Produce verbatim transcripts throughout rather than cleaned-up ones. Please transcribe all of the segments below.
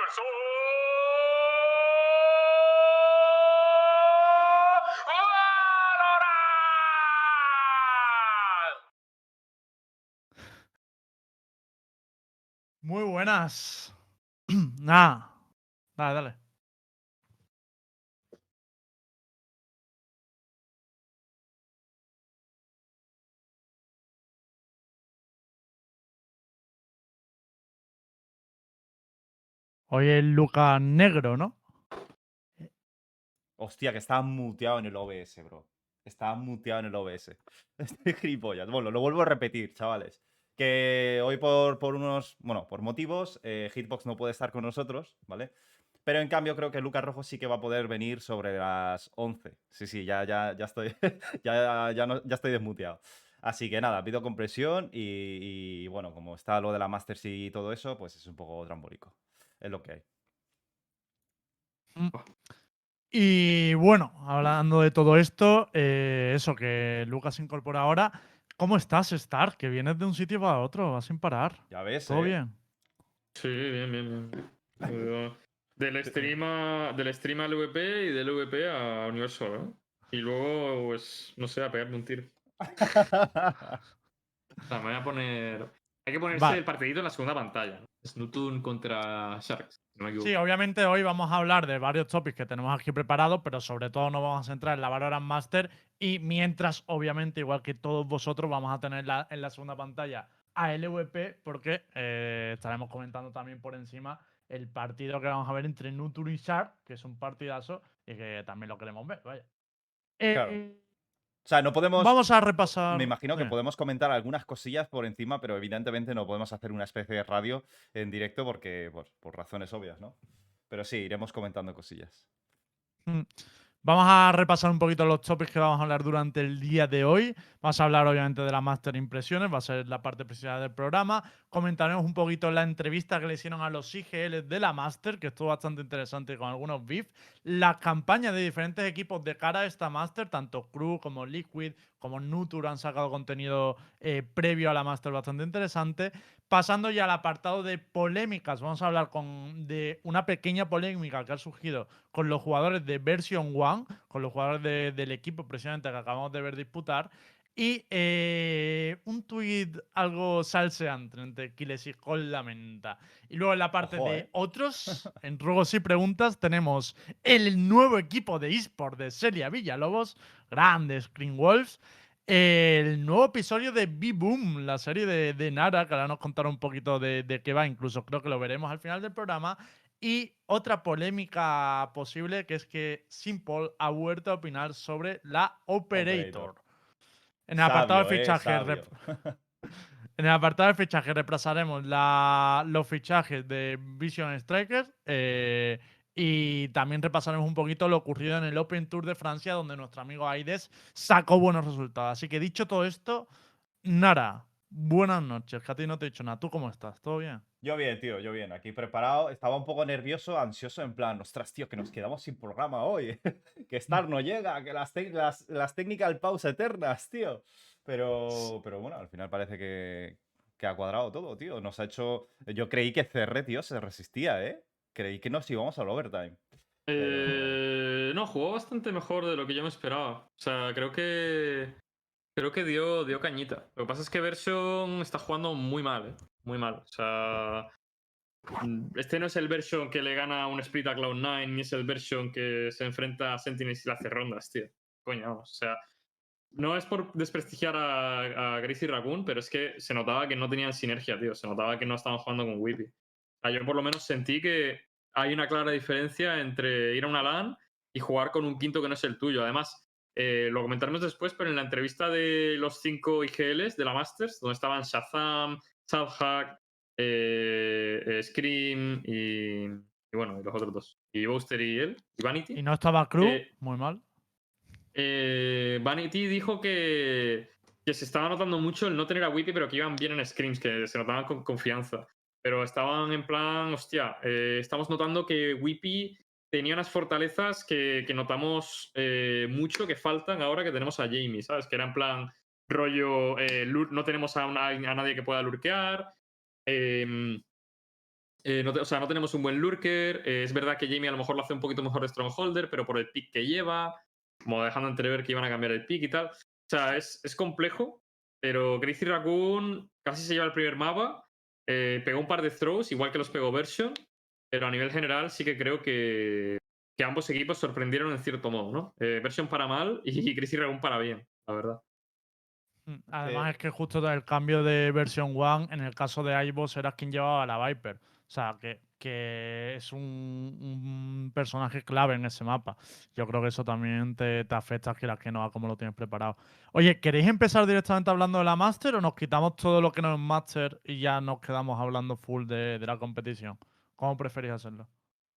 Universo. Valorant. Muy buenas. Nada. Dale, dale. Hoy es Luca Negro, ¿no? Hostia, que estaba muteado en el O B S, bro. Estaba muteado en el O B S. Estoy gilipollas. Bueno, lo vuelvo a repetir, chavales. Que hoy por, por unos, bueno, por motivos, eh, Hitbox no puede estar con nosotros, ¿vale? Pero en cambio creo que Lucas Rojo sí que va a poder venir sobre las once. Sí, sí, ya, ya, ya estoy, ya, ya, no- ya estoy desmuteado. Así que nada, pido compresión y, y, bueno, como está lo de la Masters y todo eso, pues es un poco trambólico. Es lo que hay. Mm. Y bueno, hablando de todo esto, eh, eso que Lucas se incorpora ahora. ¿Cómo estás, Star? Que vienes de un sitio para otro, vas sin parar. Ya ves, ¿Todo ¿eh? bien? Sí, bien, bien, bien. Yo- del stream, a- del stream al V P y del V P a Universo, ¿eh? Y luego, pues, no sé, a pegarme un tiro. O sea, me voy a poner. Hay que ponerse Vale. el partidito en la segunda pantalla, ¿no? Snutun contra Sharks, si no me equivoco. Sí, obviamente hoy vamos a hablar de varios topics que tenemos aquí preparados, pero sobre todo nos vamos a centrar en la Valorant Master y mientras, obviamente, igual que todos vosotros, vamos a tener la- en la segunda pantalla a L V P porque eh, estaremos comentando también por encima el partido que vamos a ver entre Nutur y Shark, que es un partidazo y que también lo queremos ver, vaya. Claro. Eh, O sea, no podemos. vamos a Me repasar. imagino que Dime. podemos comentar algunas cosillas por encima, pero evidentemente no podemos hacer una especie de radio en directo porque, pues, por razones obvias, ¿no? Pero sí, iremos comentando cosillas. Mm. Vamos a repasar un poquito los topics que vamos a hablar durante el día de hoy. Vamos a hablar obviamente de la Master Impresiones, va a ser la parte principal del programa. Comentaremos un poquito la entrevista que le hicieron a los I G L de la Master, que estuvo bastante interesante con algunos beef. Las campañas de diferentes equipos de cara a esta Master, tanto Crew como Liquid, como Nutur han sacado contenido eh, previo a la Master bastante interesante. Pasando ya al apartado de polémicas, vamos a hablar con, de una pequeña polémica que ha surgido con los jugadores de Version One, con los jugadores de- del equipo precisamente que acabamos de ver disputar. Y eh, un tuit algo salseante entre Kiles y con la menta. Y luego en la parte Ojo, de ¿eh? otros, en ruegos y preguntas, tenemos el nuevo equipo de eSport de Celia Villalobos, grandes Screen Wolves. El nuevo episodio de B-Boom, la serie de, de Nara, que ahora nos contará un poquito de, de qué va, incluso creo que lo veremos al final del programa. Y otra polémica posible que es que Simple ha vuelto a opinar sobre la Operator. Operator. En el apartado de Sabio, ¿eh? fichajes, rep- Sabio. en el apartado de fichajes repasaremos la- los fichajes de Vision Strikers eh, y también repasaremos un poquito lo ocurrido en el Open Tour de Francia, donde nuestro amigo Aides sacó buenos resultados. Así que dicho todo esto, Nara, buenas noches, que a ti no te he dicho nada. ¿Tú cómo estás? ¿Todo bien? Yo bien, tío, yo bien. Aquí preparado. Estaba un poco nervioso, ansioso, en plan, ostras, tío, que nos quedamos sin programa hoy. Que Star no llega, que las, tec- las, las technical pause eternas, tío. Pero, pero bueno, al final parece que, que ha cuadrado todo, tío. Nos ha hecho. Yo creí que C R, tío, se resistía, ¿eh? Creí que nos íbamos al overtime. Pero. Eh, no, jugó bastante mejor de lo que yo me esperaba. O sea, creo que. Creo que dio, dio cañita. Lo que pasa es que Version está jugando muy mal, ¿eh? Muy mal. O sea. Este no es el version que le gana un split a Cloud nine, ni es el version que se enfrenta a Sentinels y le hace rondas, tío. Coño, vamos. O sea, no es por desprestigiar a, a Gracie y Raccoon, pero es que se notaba que no tenían sinergia, tío. Se notaba que no estaban jugando con Whippy. O sea, yo por lo menos sentí que hay una clara diferencia entre ir a una LAN y jugar con un quinto que no es el tuyo. Además, eh, lo comentaremos después, pero en la entrevista de los cinco I G Ls de la Masters, donde estaban Shazam, Sadhack, eh, eh, Scream y, y bueno, y los otros dos. Y Booster y él, y Vanity. Y no estaba Crew, Eh, muy mal. eh, Vanity dijo que, que se estaba notando mucho el no tener a Whippy, pero que iban bien en scrims, que se notaban con confianza. Pero estaban en plan, hostia, eh, estamos notando que Whippy tenía unas fortalezas que, que notamos eh, mucho que faltan ahora que tenemos a Jamie, ¿sabes? Que era en plan rollo, eh, lur- no tenemos a, una- a nadie que pueda lurkear. Eh, Eh, no te- o sea, no tenemos un buen lurker. eh, es verdad que Jamie a lo mejor lo hace un poquito mejor de Strongholder, pero por el pick que lleva, como dejando entrever que iban a cambiar el pick y tal. O sea, es, es complejo, pero Crazy Raccoon casi se lleva el primer mapa. eh, pegó un par de throws, igual que los pegó Version, pero a nivel general sí que creo que, que ambos equipos sorprendieron en cierto modo, ¿no? Eh, Version para mal y Crazy Raccoon para bien, la verdad. Mm, Además Eh, es que justo el cambio de versión One, en el caso de iVoox, eras quien llevaba la Viper. O sea, que, que es un, un personaje clave en ese mapa. Yo creo que eso también te, te afecta, quieras que no, a cómo lo tienes preparado. Oye, ¿queréis empezar directamente hablando de la Master o nos quitamos todo lo que no es Master y ya nos quedamos hablando full de, de la competición? ¿Cómo preferís hacerlo?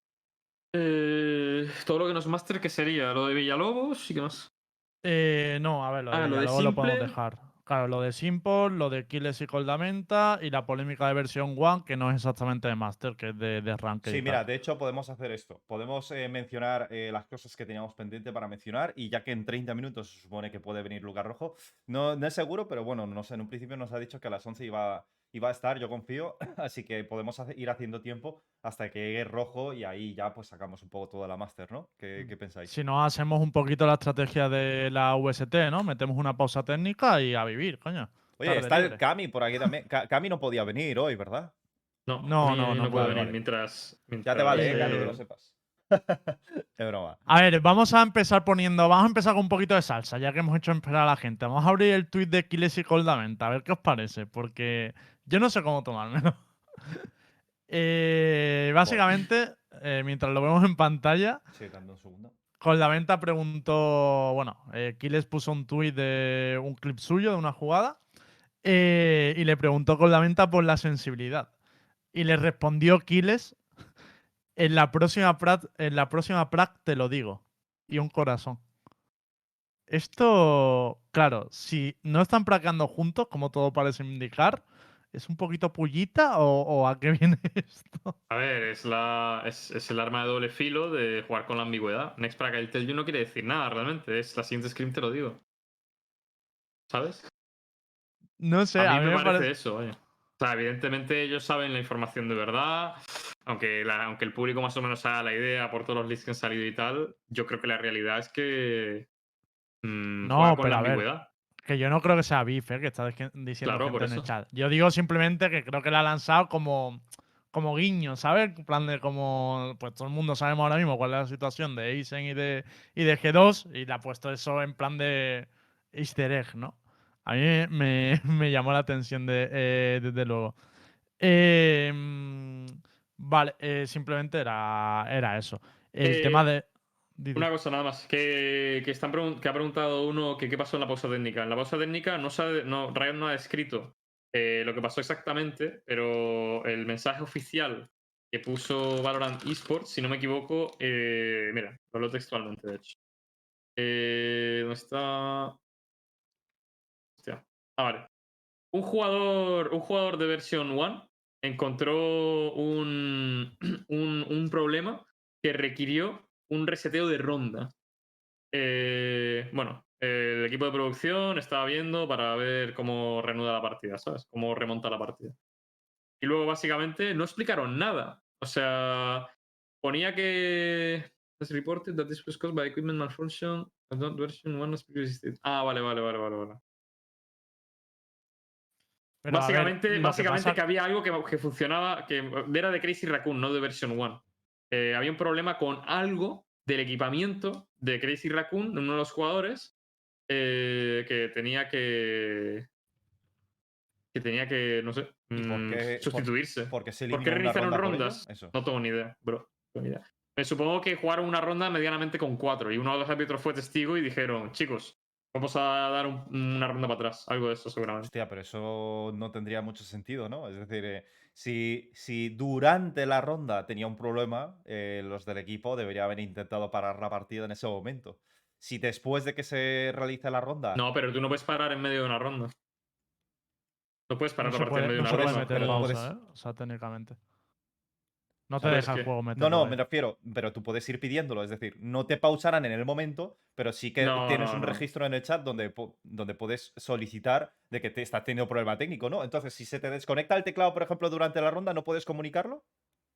Eh, todo lo que nos master, ¿qué sería? ¿Lo de Villalobos y qué más? Eh, no, a ver, lo de Ah, lo de Villalobos lo podemos Simple. dejar. Claro, lo de Simple, lo de Kiles y Coldamenta y la polémica de versión One, que no es exactamente de Master, que es de, de Ranked Sí, y mira, tal. de hecho podemos hacer esto. Podemos eh, mencionar eh, las cosas que teníamos pendiente para mencionar y ya que en treinta minutos se supone que puede venir Lugar Rojo, no, no es seguro, pero bueno, no sé, en un principio nos ha dicho que a las once iba, iba a estar, yo confío, así que podemos hace- ir haciendo tiempo hasta que llegue Rojo y ahí ya pues sacamos un poco toda la Master, ¿no? ¿Qué, qué pensáis? Si no, hacemos un poquito la estrategia de la V S T, ¿no? Metemos una pausa técnica y a vivir, coño. Oye, Tarde está el libre. Cami por aquí también. Ca- Cami no podía venir hoy, ¿verdad? No, a No, mí no, no no puedo puede. Vale, venir vale. mientras. Ya te mientras vale, eh, eh, Cami, que Eh, lo sepas. Es broma. a ver, vamos a empezar poniendo. Vamos a empezar con un poquito de salsa, ya que hemos hecho esperar a la gente. Vamos a abrir el tweet de Kiles y Coldamenta, a ver qué os parece, porque yo no sé cómo tomármelo. Eh, Voy. básicamente, eh, mientras lo vemos en pantalla, Sí, dando un segundo. Coldamenta preguntó, bueno, eh, Kiles puso un tuit de un clip suyo de una jugada eh, y le preguntó Coldamenta por la sensibilidad. Y le respondió Kiles, en la próxima prat, en la próxima prac te lo digo. Y un corazón. Esto, claro, si no están pracando juntos, como todo parece indicar, ¿es un poquito pullita o, o a qué viene esto? A ver, es, la, es, es el arma de doble filo de jugar con la ambigüedad. Next para que el tell you no quiere decir nada realmente. Es la siguiente scream, te lo digo. ¿Sabes? No A sé, a mí mí me me parece parece. eso, vaya. O sea, evidentemente ellos saben la información de verdad. Aunque, la- aunque el público más o menos haga la idea por todos los leaks que han salido y tal, yo creo que la realidad es que mm, juega No, con la pero a ver, ambigüedad. que yo no creo que sea beef, ¿eh? Que está dije- diciendo Claro, por gente en el eso. chat. Yo digo simplemente que creo que la ha lanzado como, como guiño, ¿sabes? En plan de como, pues todo el mundo sabemos ahora mismo cuál es la situación de Aizen y de, y de G dos y le ha puesto eso en plan de easter egg, ¿no? A mí me, me llamó la atención de, eh, desde luego. Eh, mm, vale, eh, simplemente era, era eso. El tema Eh, de... di, di. Una cosa nada más, que, que, están pregun- que ha preguntado uno que qué pasó en la pausa técnica. En la pausa técnica no sabe, no, Riot no ha descrito eh, lo que pasó exactamente, pero el mensaje oficial que puso Valorant Esports, si no me equivoco, eh, mira, lo leo textualmente, de hecho. Eh, ¿Dónde está? Hostia. Ah, vale. Un jugador, un jugador de versión uno encontró un, un, un problema que requirió un reseteo de ronda. Eh, bueno, el equipo de producción estaba viendo para ver cómo reanuda la partida, ¿sabes? Cómo remonta la partida. Y luego, básicamente, no explicaron nada. O sea, ponía que. As reported that this was caused by equipment malfunction. Not version one as previously stated. Ah, vale, vale, vale, vale, vale. Pero a ver, Básicamente, lo que básicamente pasa... que había algo que, que funcionaba, que era de Crazy Raccoon, no de version uno. Eh, había un problema con algo del equipamiento de Crazy Raccoon, de uno de los jugadores, eh, que tenía que. que tenía que, no sé, ¿Y por mm, qué, por, sustituirse. por qué se ¿Por qué eliminó una reiniciaron ronda por ello? rondas? Eso. No tengo ni idea, bro. No tengo ni idea. Me supongo que jugaron una ronda medianamente con cuatro y uno de los árbitros fue testigo y dijeron, chicos, vamos a dar un- una ronda para atrás. Algo de eso, seguramente. Hostia, pero eso no tendría mucho sentido, ¿no? Es decir, eh, si, si durante la ronda tenía un problema, eh, los del equipo deberían haber intentado parar la partida en ese momento. Si después de que se realice la ronda, No, pero tú no puedes parar en medio de una ronda. No puedes No parar la se partida en puede, medio no de se una por puede eso, ronda. meter pero tú Como. pausa, puedes. ¿eh? O sea, técnicamente. No te Pero ¿Puedes deja el qué? juego no, meterlo, no, me vaya. refiero, pero tú puedes ir pidiéndolo, es decir, no te pausarán en el momento, pero sí que No, tienes no, un no. registro en el chat donde, po- donde puedes solicitar de que te estás teniendo problema técnico, ¿no? Entonces, si se te desconecta el teclado, por ejemplo, durante la ronda, ¿no puedes comunicarlo?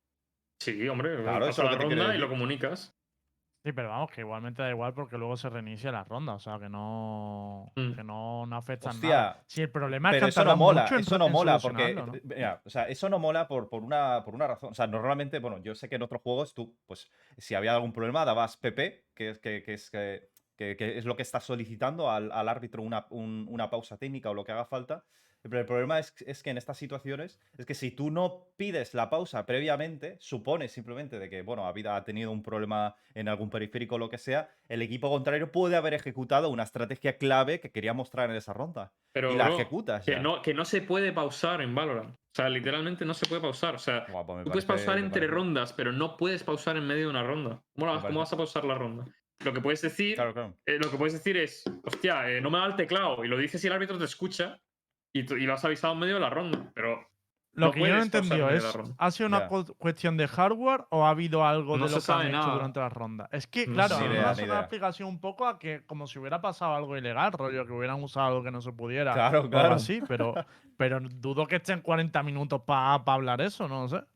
Sí, hombre, Claro, eso pasa es lo la que te quiero ronda y decir. lo comunicas. Sí, pero vamos, que igualmente da igual porque luego se reinicia la ronda, o sea, que no, Mm. que no, no afecta en Hostia, nada. Si el problema es que pero han eso no tardado mola, mucho en, eso re- no en mola, porque, solucionarlo, ¿no? eh, mira, o sea, eso no mola por, por una, por una razón. O sea, normalmente, bueno, yo sé que en otros juegos tú, pues, si había algún problema, dabas P P, que es, que, que es, que, que- que es lo que estás solicitando al, al árbitro, una, un- una pausa técnica o lo que haga falta. Pero el problema es, es que en estas situaciones, es que si tú no pides la pausa previamente, supones simplemente de que, bueno, ha, habido- ha tenido un problema en algún periférico o lo que sea, el equipo contrario puede haber ejecutado una estrategia clave que quería mostrar en esa ronda. Pero, Y la bro, ejecutas que ya. no, que no se puede pausar en Valorant. O sea, literalmente no se puede pausar. O sea, Guau, pues me tú puedes parece, pausar me entre parece, rondas, pero no puedes pausar en medio de una ronda. ¿Cómo, me la- cómo parece. vas a pausar la ronda? Lo que puedes decir, Claro, claro. eh, lo que puedes decir es, hostia, eh, no me da el teclado. Y lo dices y el árbitro te escucha y, tú- y lo has avisado en medio de la ronda. Pero Lo no que yo no he puedes pausar en entendido medio de la es, ronda. ¿ha sido una Ya. cu- cuestión de hardware o ha habido algo No de se lo que han sabe hecho nada. durante la ronda? Es que, No claro, se a Ni mí sabe me idea, ha ni sonado una idea. explicación un poco a que como si hubiera pasado algo ilegal, rollo, que hubieran usado algo que no se pudiera Claro, o algo claro. así, pero, pero dudo que estén cuarenta minutos para hablar eso, no lo sé.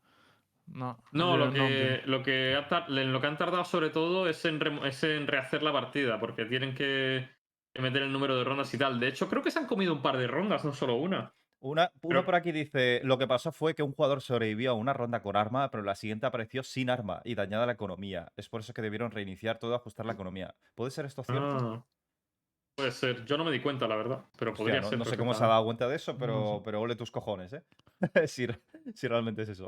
No, No, yo lo no entiendo. que, lo, que ha tar- en lo que han tardado sobre todo es en, remo- es en rehacer la partida, porque tienen que, que meter el número de rondas y tal. De hecho, creo que se han comido un par de rondas, no solo una. Una, uno Pero- por aquí dice, lo que pasó fue que un jugador sobrevivió a una ronda con arma, pero la siguiente apareció sin arma y dañada la economía. Es por eso que debieron reiniciar todo, ajustar la economía. ¿Puede ser esto cierto? Ah, puede ser. Yo no me di cuenta, la verdad, pero Hostia, podría no, ser no sé cómo se ha dado cuenta de eso, No pero, sé. pero ole tus cojones, ¿eh? si, re- si realmente es eso.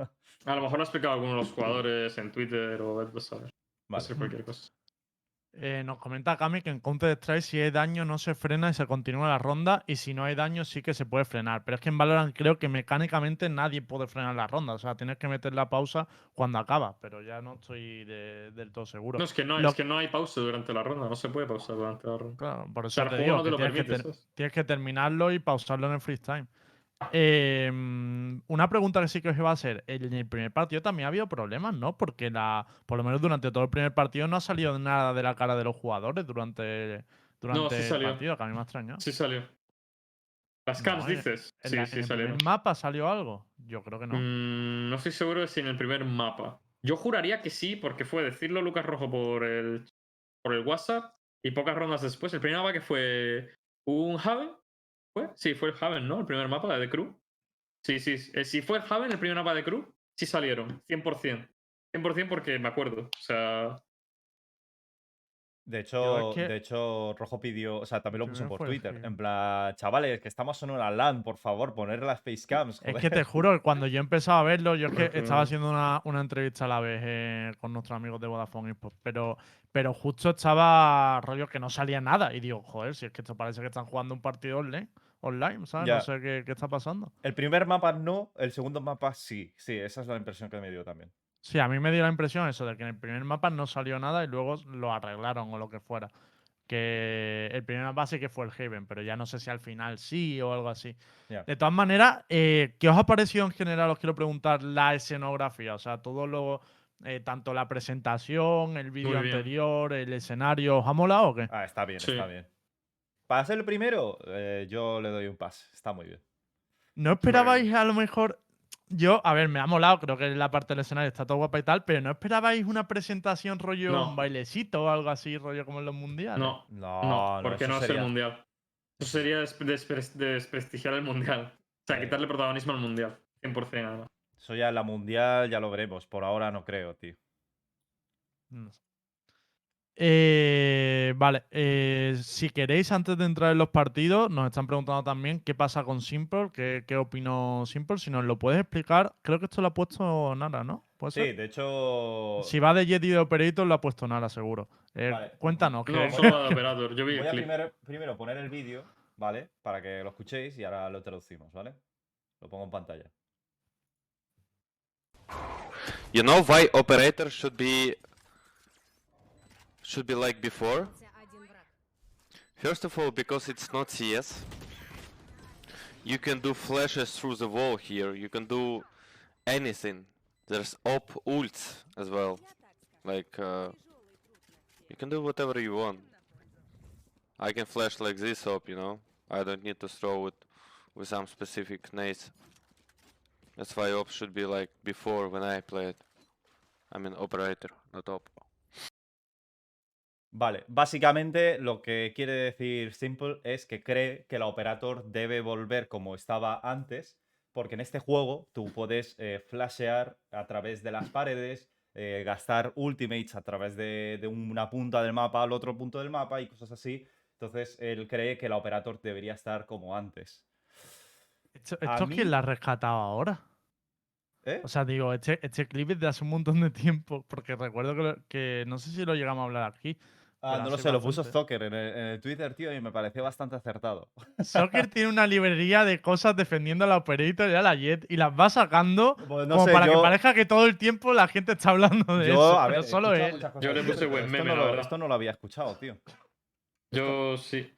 A lo mejor lo ha explicado alguno de los jugadores en Twitter o vete a saber. Puede Vale. ser cualquier cosa. Eh, nos comenta Cami que en Counter-Strike si hay daño no se frena y se continúa la ronda y si no hay daño sí que se puede frenar. Pero es que en Valorant creo que mecánicamente nadie puede frenar la ronda. O sea, tienes que meter la pausa cuando acaba, pero ya no estoy de- del todo seguro. No, es que no, Lo- es que no hay pausa durante la ronda, no se puede pausar durante la ronda. Claro, por O sea, eso el te juego digo no te que lo tienes que, permite, ter- ¿sabes? tienes que terminarlo y pausarlo en el freestyle. Eh, mm, una pregunta que sí que os iba a hacer. En el primer partido también ha habido problemas, ¿no? Porque la, por lo menos durante todo el primer partido no ha salido nada de la cara de los jugadores durante, No, sí durante el salió. partido, que a mí me ha extrañado. Sí salió. Las cams, No, en, dices. en la- Sí, en sí el primer salieron. mapa salió algo. Yo creo que no. Mm, no estoy seguro de si en el primer mapa. Yo juraría que sí, porque fue decirlo Lucas Rojo por el, por el WhatsApp y pocas rondas después. El primer mapa que fue un Haven. ¿Fue? Sí, fue el Haven, ¿no? El primer mapa de Crew. Sí, sí. eh, Si fue el Haven, el primer mapa de Crew, sí salieron. cien por ciento. cien por ciento porque me acuerdo. O sea. De Yo es hecho, que de hecho, Rojo pidió, o sea, también lo puso primero por fue el Twitter. Heavy. En plan, chavales, que estamos en una LAN, por favor, poner las facecams, Es joder. que te juro que cuando yo empezaba a verlo, yo es que Creo que- estaba haciendo una, una entrevista a la vez eh, con nuestros amigos de Vodafone Esports, pero, pero justo estaba rollo que no salía nada. Y digo, joder, si es que esto parece que están jugando un partido online, online, ¿sabes? No Ya. sé qué, qué está pasando. El primer mapa no, el segundo mapa sí. Sí, esa es la impresión que me dio también. Sí, a mí me dio la impresión eso, de que en el primer mapa no salió nada y luego lo arreglaron o lo que fuera. Que el primer mapa sí que fue el Haven, pero ya no sé si al final sí o algo así. Ya. De todas maneras, eh, ¿qué os ha parecido en general? Os quiero preguntar la escenografía, o sea, todo lo, eh, tanto la presentación, el vídeo Muy bien. anterior, el escenario, ¿os ha molado o qué? Ah, está bien, Sí. está bien. Para ser el primero, eh, yo le doy un pas. Está muy bien. ¿No esperabais a lo mejor? Yo, a ver, me ha molado, creo que la parte del escenario está todo guapa y tal, pero ¿no esperabais una presentación rollo, No. un bailecito o algo así, rollo como en los mundiales? No, No, no, no, porque eso no es el sería. mundial. Eso sería des- despres- desprestigiar el mundial. O sea, Eh. quitarle protagonismo al mundial. cien por ciento además. Eso ya en la mundial ya lo veremos. Por ahora no creo, tío. No sé. Eh, vale, eh, si queréis, antes de entrar en los partidos, nos están preguntando también qué pasa con Simple, qué, qué opinó Simple. Si nos lo puedes explicar, creo que esto lo ha puesto Nara, ¿no? ¿Puede Sí, ser? de hecho. Si va de Jet y de Operator, lo ha puesto Nara, seguro. Eh, Vale. Cuéntanos. No, que- solo de Operator. Yo vi Voy el a clip. primero, primero poner el vídeo, ¿vale? Para que lo escuchéis y ahora lo traducimos, ¿vale? Lo pongo en pantalla. You know why operator should be should be like before? First of all, because it's not C S. You can do flashes through the wall here. You can do anything. There's op ults as well. Like uh, you can do whatever you want. I can flash like this op, you know. I don't need to throw it with some specific nades. That's why op should be like before when I played. I mean operator, not op. Vale, básicamente lo que quiere decir Simple es que cree que la operator debe volver como estaba antes, porque en este juego tú puedes eh, flashear a través de las paredes, eh, gastar ultimates a través de, de una punta del mapa al otro punto del mapa y cosas así. Entonces él cree que la operator debería estar como antes. ¿Esto, A esto mí- quién la ha rescatado ahora? ¿Eh? O sea, digo, este, este clip es de hace un montón de tiempo, porque recuerdo que, lo- que no sé si lo llegamos a hablar aquí. Ah, pero no lo hace sé, lo puso bastante. Stalker en el, en el Twitter, tío, y me pareció bastante acertado. Soccer tiene una librería de cosas defendiendo a la Operator y a la Jet y las va sacando Pues no como sé, para que yo- parezca que todo el tiempo la gente está hablando de Yo, eso, a pero ver, he solo escuchado él. muchas cosas Yo le de puse Twitter, pero buen esto meme, no la lo- verdad. Esto no lo había escuchado, tío. Yo sí.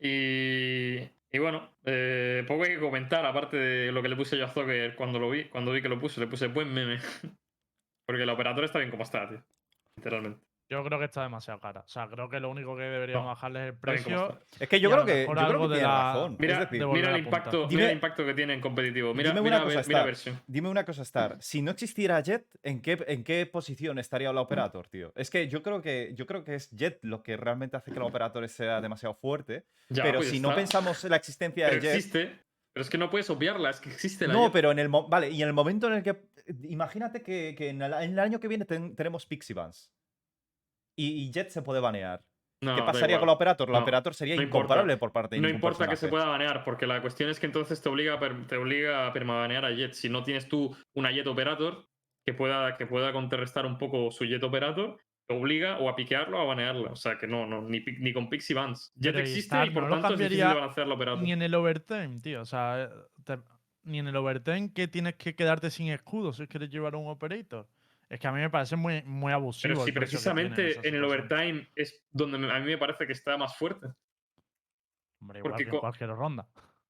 Y, y bueno, eh, poco hay que comentar, aparte de lo que le puse yo a Zocker cuando lo vi, cuando vi que lo puse, le puse buen meme. Porque el operador está bien como está, tío. Literalmente. Yo creo que está demasiado cara. O sea, creo que lo único que deberíamos No, bajarle es el Está bien como precio. está. Es que yo y a creo lo que, mejor yo creo algo que de tiene la- razón. Mira, es decir, de volver mira a el punta. impacto, Dime- mira el impacto que tiene en competitivo. Mira, dime mira, una cosa, ver- mira Star. versión. Dime una cosa, Star. Si no existiera Jet, ¿en qué, en qué posición estaría la Operator, tío? Es que yo creo que yo creo que es Jet lo que realmente hace que la Operator sea demasiado fuerte. Ya, pero pues si está. no pensamos en la existencia Pero de Jet. existe. Pero es que no puedes obviarla, es que existe la No, Jet. pero en el mo- vale, y en el momento en el que. Imagínate que, que en, el, en el año que viene ten- tenemos Pixie Bans. Y, y Jet se puede banear. No, ¿Qué da pasaría igual. con la Operator? La No, Operator sería no importa. incomparable por parte de No ningún importa que se personaje. pueda banear, porque la cuestión es que entonces te obliga a, per- te obliga a permabanear a Jet. Si no tienes tú una Jet Operator que pueda, que pueda contrarrestar un poco su Jet Operator, te obliga o a piquearlo o a banearla. O sea que no, no ni, pi- ni con Pixie Bans. Jet Pero y existe Star y por no lo tanto es difícil de cambiaría balancear la Operator. ni en el overtime, tío. O sea, eh, te- ni en el overtime que tienes que quedarte sin escudo si quieres llevar un operator. Es que a mí me parece muy, muy abusivo. Pero si el precio que tiene en esa precisamente en el situación. overtime es donde me- a mí me parece que está más fuerte. Hombre, igual porque que en co- cualquier ronda.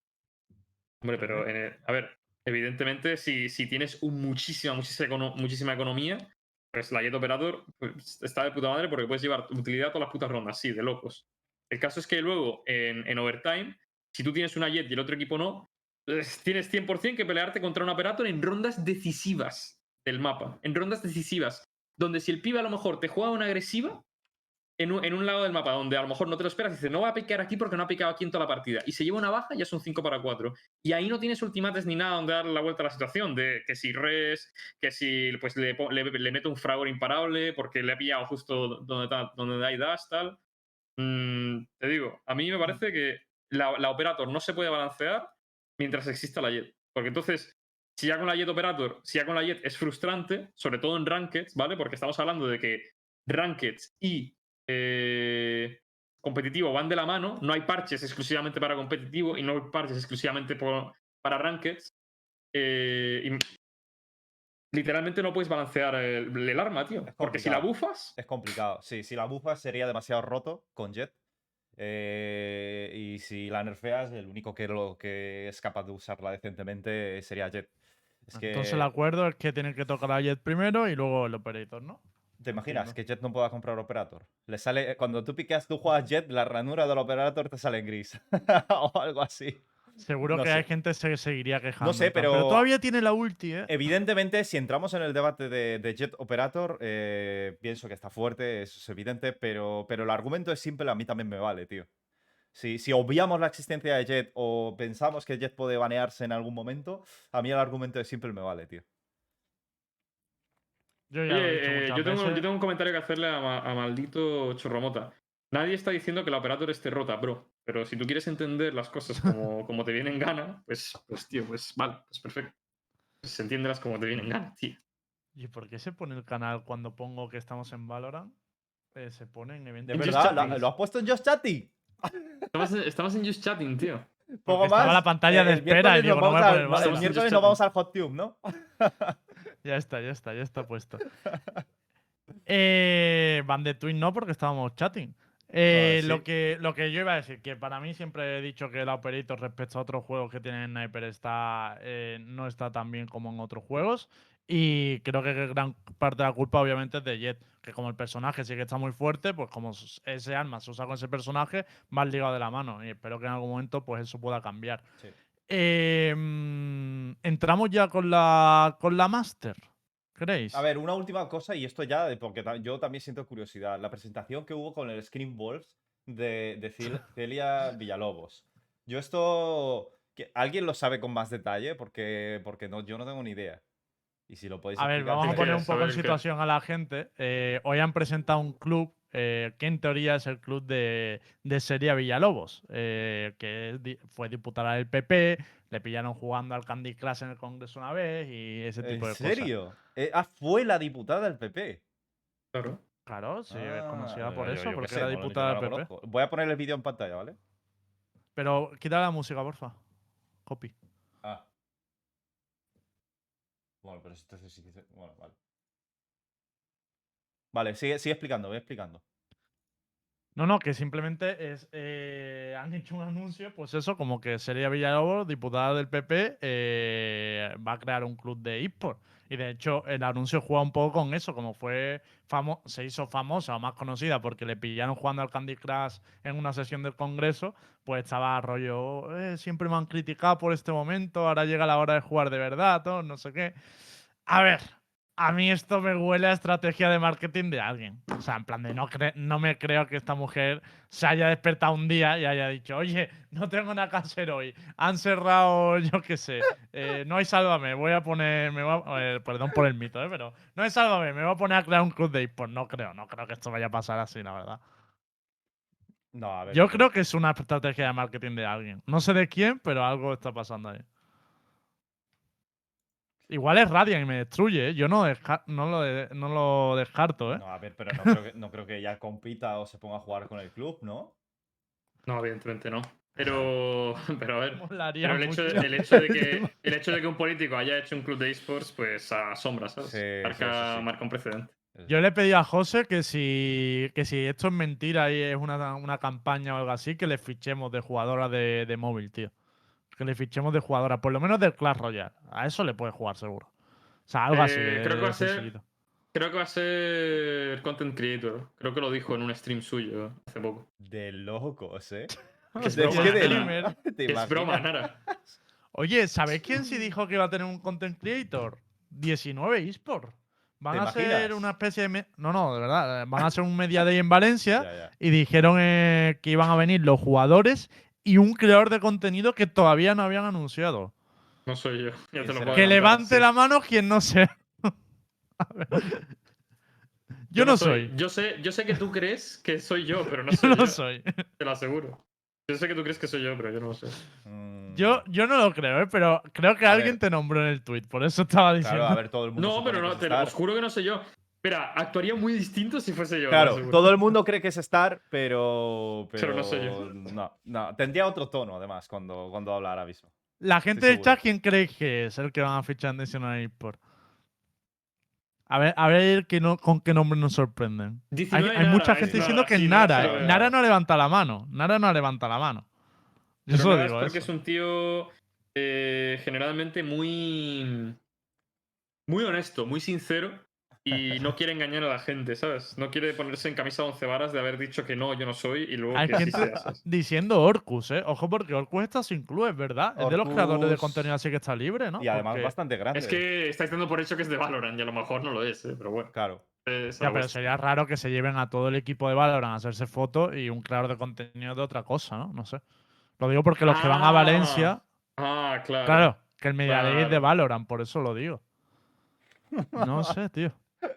Hombre, Quiero pero decir. en el- a ver, evidentemente, si, si tienes un muchísima, muchísima, econo- muchísima economía, pues la Jet Operator pues, está de puta madre porque puedes llevar utilidad todas las putas rondas, sí, de locos. El caso es que luego, en, en overtime, si tú tienes una Jet y el otro equipo no, pues, tienes cien por cien que pelearte contra un Operator en rondas decisivas del mapa. En rondas decisivas. Donde si el pibe a lo mejor te juega una agresiva, en un, en un lado del mapa donde a lo mejor no te lo esperas, dices, no va a piquear aquí porque no ha picado aquí en toda la partida. Y se lleva una baja, ya son cinco para cuatro. Y ahí no tienes ultimates ni nada donde darle la vuelta a la situación. De que si res, que si pues le, po- le, le meto un fragor imparable porque le ha pillado justo donde, ta- donde hay dash, tal. Mm, te digo, a mí me parece que la, la Operator no se puede balancear mientras exista la Jet. Porque entonces, si ya con la Jet Operator, si ya con la Jet es frustrante, sobre todo en Rankeds, ¿vale? Porque estamos hablando de que Rankeds y eh, competitivo van de la mano, no hay parches exclusivamente para competitivo y no hay parches exclusivamente por- para Rankeds. Eh, y literalmente no puedes balancear el, el arma, tío. Es Porque si la complicado. bufas, Es complicado. Sí, si la bufas sería demasiado roto con Jet. Eh, y si la nerfeas, el único que, lo, que es capaz de usarla decentemente sería Jet. Es que, Entonces el acuerdo es que tienen que tocar a Jet primero y luego el operator, ¿no? ¿te imaginas entiendo. que Jet no pueda comprar Operator? Le sale, cuando tú piqueas, tú juegas Jet, la ranura del Operator te sale en gris. O algo así. Seguro No que sé. hay gente que se seguiría quejando. sé, en plan, pero- todavía tiene la ulti, ¿eh? Evidentemente, si entramos en el debate de, de Jet Operator, eh, pienso que está fuerte, eso es evidente, pero, pero el argumento es simple, a mí también me vale, tío. Si, si obviamos la existencia de Jet o pensamos que Jet puede banearse en algún momento, a mí el argumento de simple me vale, tío. Yo ya lo he dicho oye, eh, muchas yo, tengo, veces. yo tengo un comentario que hacerle a, ma- a maldito Chorromota. Nadie está diciendo que la Operator esté rota, bro. Pero si tú quieres entender las cosas como, como te vienen en gana, pues, pues, tío, pues vale, pues perfecto. Pues entiéndelas como te vienen en gana, tío. ¿Y por qué se pone el canal cuando pongo que estamos en Valorant? Eh, se pone en eventos. De En verdad, Just ¿lo, Chatting. lo has puesto en Just Chatting? Estamos en, estamos en Just Chatting, tío. Poco Porque estaba más. la pantalla de el espera y miércoles digo, nos no voy a vamos poner al- Valorant. El miércoles Just nos vamos al Hot Tube, ¿no? Ya está, ya está, ya está puesto. eh, Bandetwin no, porque estábamos chatting. Eh, Ah, sí. lo, que, lo que yo iba a decir, que para mí siempre he dicho que el Operator respecto a otros juegos que tienen Sniper está, eh, no está tan bien como en otros juegos. Y creo que gran parte de la culpa obviamente es de Jet, que como el personaje sí que está muy fuerte, pues como s- ese arma se usa con ese personaje, más ligado de la mano. Y espero que en algún momento pues eso pueda cambiar. Sí. Eh, mm, Entramos ya con la, con la Master. ¿Creéis? A ver, una última cosa, y esto ya, de- porque ta- yo también siento curiosidad. La presentación que hubo con el Scream Wolves de, de Cel- Celia Villalobos. Yo esto. que- ¿Alguien lo sabe con más detalle? Porque, porque no, yo no tengo ni idea. Y si lo podéis A ver, explicar. vamos a ¿El poner qué? un poco en ¿Saber el qué? situación a la gente. Eh, hoy han presentado un club eh, que en teoría es el club de, de Seria Villalobos, eh, que es di- fue diputada del P P, le pillaron jugando al Candy Crush en el Congreso una vez y ese ¿En tipo de cosas. serio? Eh, ah, fue la diputada del P P. Claro. Claro, sí, es conocida Ah, por yo, eso, yo qué porque sé, era no, lo- yo diputada no del lo P P. conozco. Voy a poner el vídeo en pantalla, ¿vale? Pero quita la música, porfa. Copy. Ah. Bueno, pero entonces sí que. se- Bueno, vale. Vale, sigue, sigue explicando, voy explicando. No, no, que simplemente es, eh, han hecho un anuncio, pues eso, como que Seria Villalobos, diputada del P P, eh, va a crear un club de eSport. Y de hecho, el anuncio juega un poco con eso, como fue famo se hizo famosa o más conocida porque le pillaron jugando al Candy Crush en una sesión del Congreso, pues estaba rollo, "Eh, siempre me han criticado por este momento, ahora llega la hora de jugar de verdad, todo, no sé qué". A ver, a mí esto me huele a estrategia de marketing de alguien. O sea, en plan de no, cre- no me creo que esta mujer se haya despertado un día y haya dicho, oye, no tengo nada que hacer hoy. Han cerrado, yo qué sé, eh, no hay Sálvame, voy a poner, me voy a- eh, perdón por el mito, ¿eh? Pero no hay Sálvame, me voy a poner a crear un club de eSports. No creo, no creo que esto vaya a pasar así, la verdad. No, a ver, Yo no creo creo. que es una estrategia de marketing de alguien. No sé de quién, pero algo está pasando ahí. Igual es Radiant y me destruye, ¿eh? Yo no, desca- no, lo, de- no lo descarto, ¿eh? No, a ver, pero no creo que, no creo que ella compita o se ponga a jugar con el club, ¿no? No, evidentemente no. Pero, pero a ver. Molaría Pero el hecho, mucho. de, el, hecho de que, el hecho de que un político haya hecho un club de esports, pues asombra, ¿sabes? Sí, sí, marca, eso sí. marca un precedente. Eso Yo sí. le pedí a José que si, que si esto es mentira y es una, una campaña o algo así, que le fichemos de jugadora de, de móvil, tío. Que le fichemos de jugadora, por lo menos del Clash Royale. A eso le puede jugar seguro. O sea, algo así Eh, de, creo que va de a ser. sencillito. Creo que va a ser content creator. Creo que lo dijo en un stream suyo hace poco. De locos, ¿eh? Que es De- broma, que de- streamer. ¿Te Que es broma, imaginas? Nara. Oye, ¿sabéis quién sí dijo que iba a tener un content creator? diecinueve eSports. Van ¿Te a ser imaginas? una especie de. me- No, no, de verdad. eh, Van a ser un Media Day en Valencia Ya, ya. y dijeron eh, que iban a venir los jugadores y un creador de contenido que todavía no habían anunciado. No soy yo. Ya ¿Quién te lo será? puedo Que adelantar, levante sí. la mano quien no sea. Yo, no soy. Yo sé, yo sé que tú crees que soy yo, pero no Yo soy no yo. soy. Te lo aseguro. Yo sé que tú crees que soy yo, pero yo no lo sé. Mm, Yo, yo no lo creo, ¿eh? Pero creo que A alguien ver. te nombró en el tweet. Por eso estaba diciendo. Claro, a ver, todo el mundo No, supone pero que no, es te lo, Star. os juro que no soy yo. Espera, actuaría muy distinto si fuese yo. te lo Claro, aseguro. todo el mundo cree que es Star, pero. Pero, Pero no soy yo. No, no. Tendría otro tono, además, cuando, cuando habla ahora mismo. La gente Estoy del seguro. chat, ¿quién cree que es el que van a fichar en National eSport? A ver, a ver qué no, con qué nombre nos sorprenden. Hay, diecinueve hay mucha Nara, gente es diciendo Nara, que es sí, Nara Nara. se ¿eh? lo veo. Nara no levanta la mano. Nara no levanta la mano. Yo Pero solo Nara es digo porque eso. es un tío eh, generalmente muy. Muy honesto, muy sincero. Y no quiere engañar a la gente, ¿sabes? No quiere ponerse en camisa de once varas de haber dicho que no, yo no soy, y luego Hay que sí gente sea, ¿sabes? diciendo Orcus, ¿eh? Ojo, porque Orcus está sin club, es verdad. Es de los creadores de Orcus- contenido así que está libre, ¿no? Y además Porque- bastante grande. Es que estáis dando por hecho que es de Valorant y a lo mejor no lo es, ¿eh? Pero bueno. Claro. Es Ya, algo pero así. sería raro que se lleven a todo el equipo de Valorant a hacerse fotos y un creador de contenido de otra cosa, ¿no? No sé. Lo digo porque los que van a Ah, Valencia. Ah, claro. Claro, que el Media Day es de claro. Valorant, por eso lo digo. No sé, tío.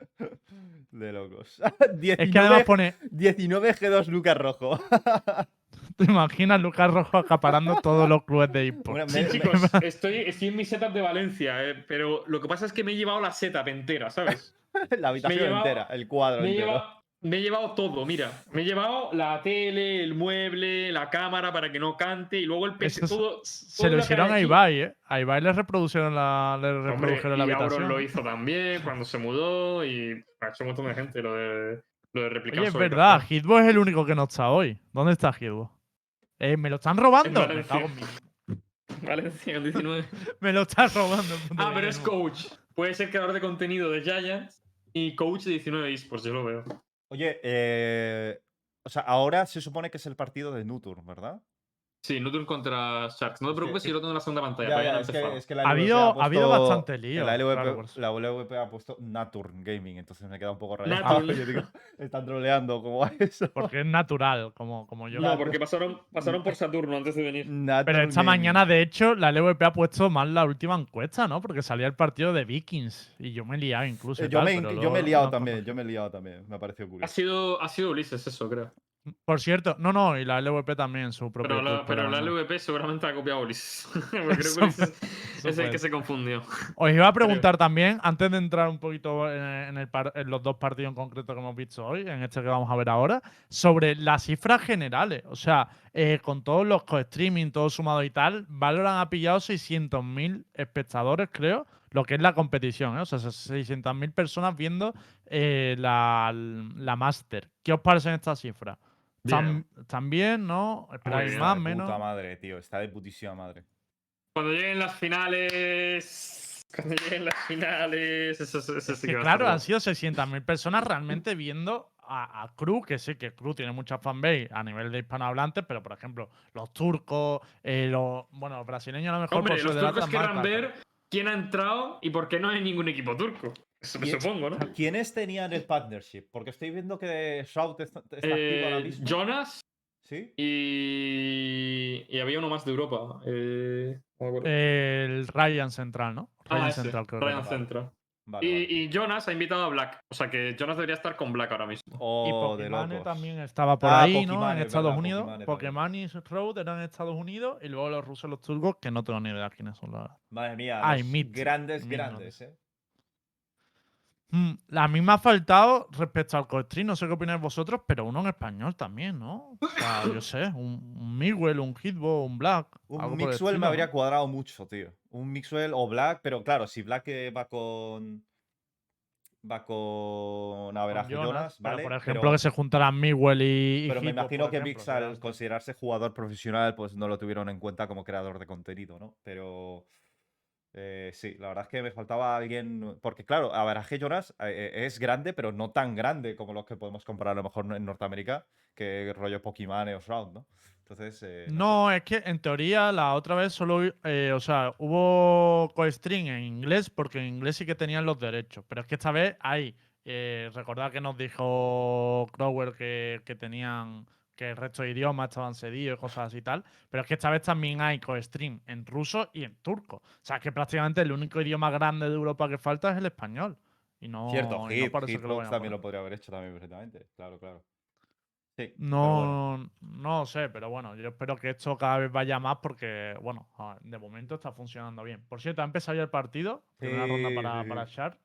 De locos. Es que además diecinueve, pone. diecinueve G dos Lucas Rojo. ¿Te imaginas Lucas Rojo acaparando todos los clubes de eSports? Una- Sí, me- chicos, estoy, estoy en mi setup de Valencia, eh, pero lo que pasa es que me he llevado la setup entera, ¿sabes? La habitación Me he llevado- entera, el cuadro Me he, entero. llevado, me he llevado todo, mira. Me he llevado la tele, el mueble, la cámara para que no cante y luego el P C, Eso se- todo. se todo lo lo que hicieron hay a aquí. Ibai, ¿eh? A Ibai le reproducieron la, le Hombre, reprodujeron la y Auron habitación. lo hizo también cuando se mudó y ha hecho un montón de gente lo de, lo de replicar Oye, es su verdad, habitación. Hitbo es el único que no está hoy. ¿Dónde está Hitbo? Eh, ¿Me lo están robando? En Me Valencia. cago en mi- Valencia en diecinueve. Me lo están robando. puto Ah, pero es Guillermo. coach. Puede ser creador de contenido de Giants y coach de diecinueve esports, yo lo veo. Oye, eh, o sea, ahora se supone que es el partido de Nutur, ¿verdad? Sí, Nutun contra Sharks. No te Es que- preocupes, es- yo lo tengo en la segunda pantalla. Ya, todavía ya, no he es, que, empezado. es que la Ha L V P habido- ha ha habido puesto- bastante lío, La L V P, claro, por eso. la L V P ha puesto Naturn Gaming, entonces me queda un poco rayado. Naturn. Yo digo, están troleando, ¿cómo va eso? Porque es natural, como, como yo. Ya, No, porque pasaron, pasaron por Saturno antes de venir. Naturn Pero esta Gaming. mañana, de hecho, la L V P ha puesto mal la última encuesta, ¿no? Porque salía el partido de Vikings y yo me he liado incluso. Eh, y yo, tal, me, pero yo luego me he liado no también, corrigió. yo me he liado también, me ha parecido Ha curioso. sido, ha sido Ulises eso, creo. Por cierto, no, no, y la L V P también en su propio Pero la, tweet por la pero la mañana. L V P seguramente ha copiado a Ulises. Porque creo que Eso Ulises eso es el puede que ser. se confundió. Os iba a preguntar también, antes de entrar un poquito en, en el par- en los dos partidos en concreto que hemos visto hoy, en este que vamos a ver ahora, sobre las cifras generales. O sea, eh, con todos los co-streaming, todo sumado y tal, Valorant ha pillado seiscientos mil espectadores, creo, lo que es la competición, ¿eh? O sea, seiscientas mil personas viendo eh, la, la Master. ¿Qué os parecen estas cifras? ¿Están, ¿Están bien, no? ¿Esperáis bien. más, Está de menos? puta madre, tío, está de putísima madre. Cuando lleguen las finales. Cuando lleguen las finales. Eso, eso, eso Es sí que que va a claro, estar han sido seiscientas mil personas realmente viendo a, a Crew, que sé que Crew tiene mucha fanbase a nivel de hispanohablantes, pero por ejemplo, los turcos, eh, los, bueno, los brasileños a lo mejor Hombre, por ser los de turcos otras querrán marcas, ver quién ha entrado y por qué no hay ningún equipo turco. Eso me ¿Quién- supongo, ¿no? ¿Quiénes tenían el partnership? Porque estoy viendo que Shroud está, está activo ahora Eh, mismo. Jonas ¿Sí? y. Y había uno más de Europa. Eh, no me acuerdo. pero el Ryan Central, ¿no? Ryan ah, ese. Central creo que Ryan era. Vale. Central. Vale, Y, vale. y Jonas ha invitado a Black. O sea que Jonas debería estar con Black ahora mismo. Y Oh, de Pokimane locos. también estaba por Ah, ahí, ¿no? Pokimane, En es Estados verdad, Unidos. Pokimane también. Pokémon y Road eran en Estados Unidos y luego los rusos y los turcos, que no tengo ni idea quiénes son, la verdad. Madre mía, Ah, y los Meat. grandes, Meat, no grandes, sé. eh. Mm, a mí me ha faltado respecto al co-stream, no sé qué opináis vosotros, pero uno en español también, ¿no? O sea, yo sé, un, un Miguel, un Hitbo, un Black. Un algo por el Mixwell me estilo, habría ¿no? cuadrado mucho, tío. Un Mixwell o Black, pero claro, si Black eh, va con. Va con Con Averaje Jonas, Jonas, pero ¿vale? por ejemplo Pero, que se juntaran Miguel y, y pero me Hitbo, imagino por que ejemplo, Vix, serían al dos. considerarse jugador profesional, pues no lo tuvieron en cuenta como creador de contenido, ¿no? Pero. eh, sí, la verdad es que me faltaba alguien. Porque, claro, Averaje Jonas eh, eh, es grande, pero no tan grande como los que podemos comprar a lo mejor en Norteamérica, que rollo Pokémon o Shroud, ¿no? Entonces, eh, no sé. No, es que en teoría la otra vez solo, eh, o sea, hubo co-stream en inglés porque en inglés sí que tenían los derechos, pero es que esta vez hay, eh, recordad que nos dijo Crowell que, que tenían, que el resto de idiomas estaban cedidos y cosas así y tal, pero es que esta vez también hay co-stream en ruso y en turco. O sea, que prácticamente el único idioma grande de Europa que falta es el español. Y Cierto, no, y no Hit, parece que lo Hitbox vayan a también poner. lo podría haber hecho también perfectamente. Claro, claro. Sí, pero bueno. No, no sé, pero bueno, yo espero que esto cada vez vaya más porque, bueno, a- de momento está funcionando bien. Por cierto, ha empezado ya el partido, primera ronda Sí, para, sí, para sí. Shard.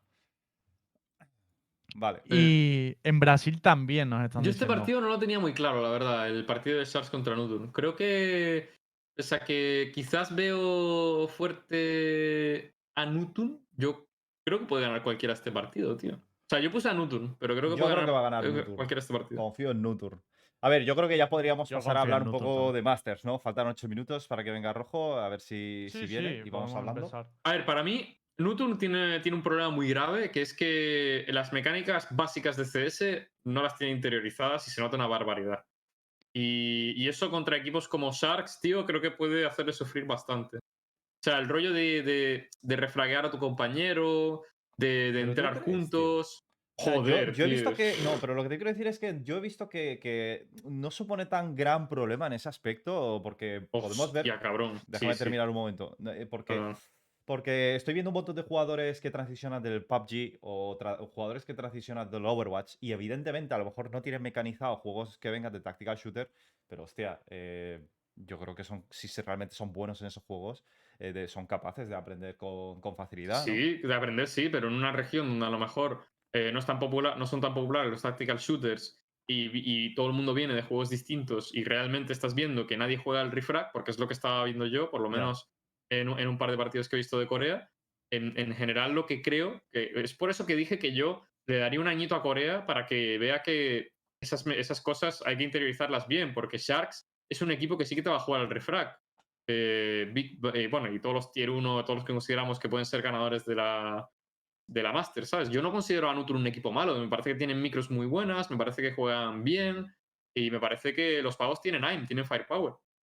Vale. Y en Brasil también nos están Yo este diciendo. partido no lo tenía muy claro, la verdad, el partido de Sharks contra Nutun. Creo que, o sea, que quizás veo fuerte a Nutun. Yo creo que puede ganar cualquiera este partido, tío. O sea, yo puse a Nutun, pero creo que Yo puede creo que ganar, va a ganar eh, Nutur. cualquiera este partido. Confío en Nutur. A ver, yo creo que ya podríamos Yo pasar a confío en hablar un Nutur poco también. de Masters, ¿no? Faltan ocho minutos para que venga Rojo, a ver si, Sí, si sí, viene y vamos podemos hablando. empezar. A ver, para mí, Nutun tiene, tiene un problema muy grave, que es que las mecánicas básicas de C S no las tiene interiorizadas y se nota una barbaridad. Y, y eso contra equipos como Sharks, tío, creo que puede hacerle sufrir bastante. O sea, el rollo de, de, de refraguear a tu compañero, de, de Pero tú entrar crees, tío. juntos. O sea, yo, Joder, yo he visto tío. que. No, pero lo que te quiero decir es que yo he visto que, que no supone tan gran problema en ese aspecto, porque podemos ver. Hostia, cabrón. Déjame Sí, sí. terminar un momento. eh, Porque. Perdón. Porque estoy viendo un montón de jugadores que transicionan del P U B G o, tra- o jugadores que transicionan del Overwatch y evidentemente a lo mejor no tienen mecanizado juegos que vengan de Tactical Shooter, pero hostia, eh, yo creo que son, si se- realmente son buenos en esos juegos, eh, de- son capaces de aprender con, con facilidad, ¿no? Sí, de aprender sí, pero en una región donde a lo mejor eh, no, es tan popular, no son tan populares los tactical shooters y, y todo el mundo viene de juegos distintos y realmente estás viendo que nadie juega al refrag, porque es lo que estaba viendo yo, por lo Ya. menos en, un- en un par de partidos que he visto de Corea. En, en general, lo que creo, que es por eso que dije que yo le daría un añito a Corea para que vea que esas, me- esas cosas hay que interiorizarlas bien, porque Sharks es un equipo que sí que te va a jugar al refrag. Eh, Big- eh, bueno, y todos los tier uno, todos los que consideramos que pueden ser ganadores de la, de la Master, ¿sabes? Yo no considero a Nutru un equipo malo, me parece que tienen micros muy buenas, me parece que juegan bien y me parece que los pavos tienen aim, tienen firepower.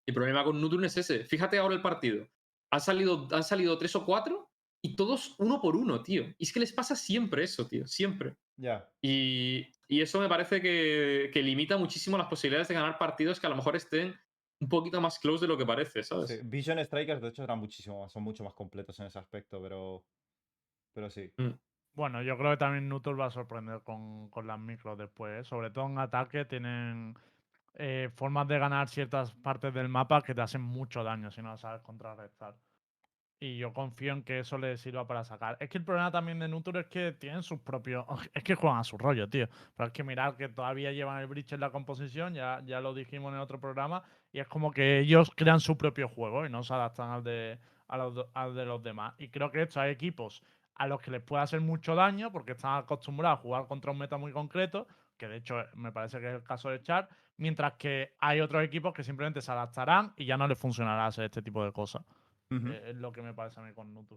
El problema con Nutrun es ese. Fíjate ahora el partido. Han salido, han salido tres o cuatro y todos uno por uno, tío. Y es que les pasa siempre eso, tío. Siempre. Ya. Y, y eso me parece que, que limita muchísimo las posibilidades de ganar partidos que a lo mejor estén un poquito más close de lo que parece, ¿sabes? Sí, Vision Strikers, de hecho, eran muchísimo más, son mucho más completos en ese aspecto, pero. Pero sí. Mm. Bueno, yo creo que también Nutul va a sorprender con, con las micros después. ¿eh? Sobre todo en ataque tienen eh, formas de ganar ciertas partes del mapa que te hacen mucho daño si no las sabes contrarrestar. Y yo confío en que eso les sirva para sacar. Es que el problema también de Nutul es que tienen sus propios. Es que juegan a su rollo, tío. Pero es que mirar que todavía llevan el bridge en la composición, ya, ya lo dijimos en otro programa. Y es como que ellos crean su propio juego y no se adaptan al de, a los, al de los demás. Y creo que estos hay equipos a los que les puede hacer mucho daño porque están acostumbrados a jugar contra un meta muy concreto, que de hecho me parece que es el caso de Char, mientras que hay otros equipos que simplemente se adaptarán y ya no les funcionará hacer este tipo de cosas. Ujú. Eh, es lo que me parece a mí con Nutul.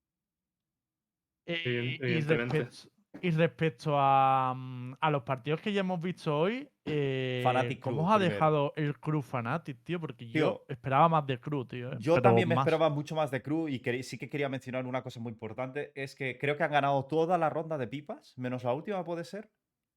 Evident- Eh, y, evidentemente. respecto, y respecto a, mm, a los partidos que ya hemos visto hoy, eh, Fnatic ¿cómo Crew os ha primero. dejado el Crew Fnatic, tío? Porque Tío, yo esperaba más de Crew, tío. ¿eh? Yo Pero también me más. esperaba mucho más de Crew y querí- sí que quería mencionar una cosa muy importante, es que creo que han ganado toda la ronda de pipas, menos la última, ¿puede ser?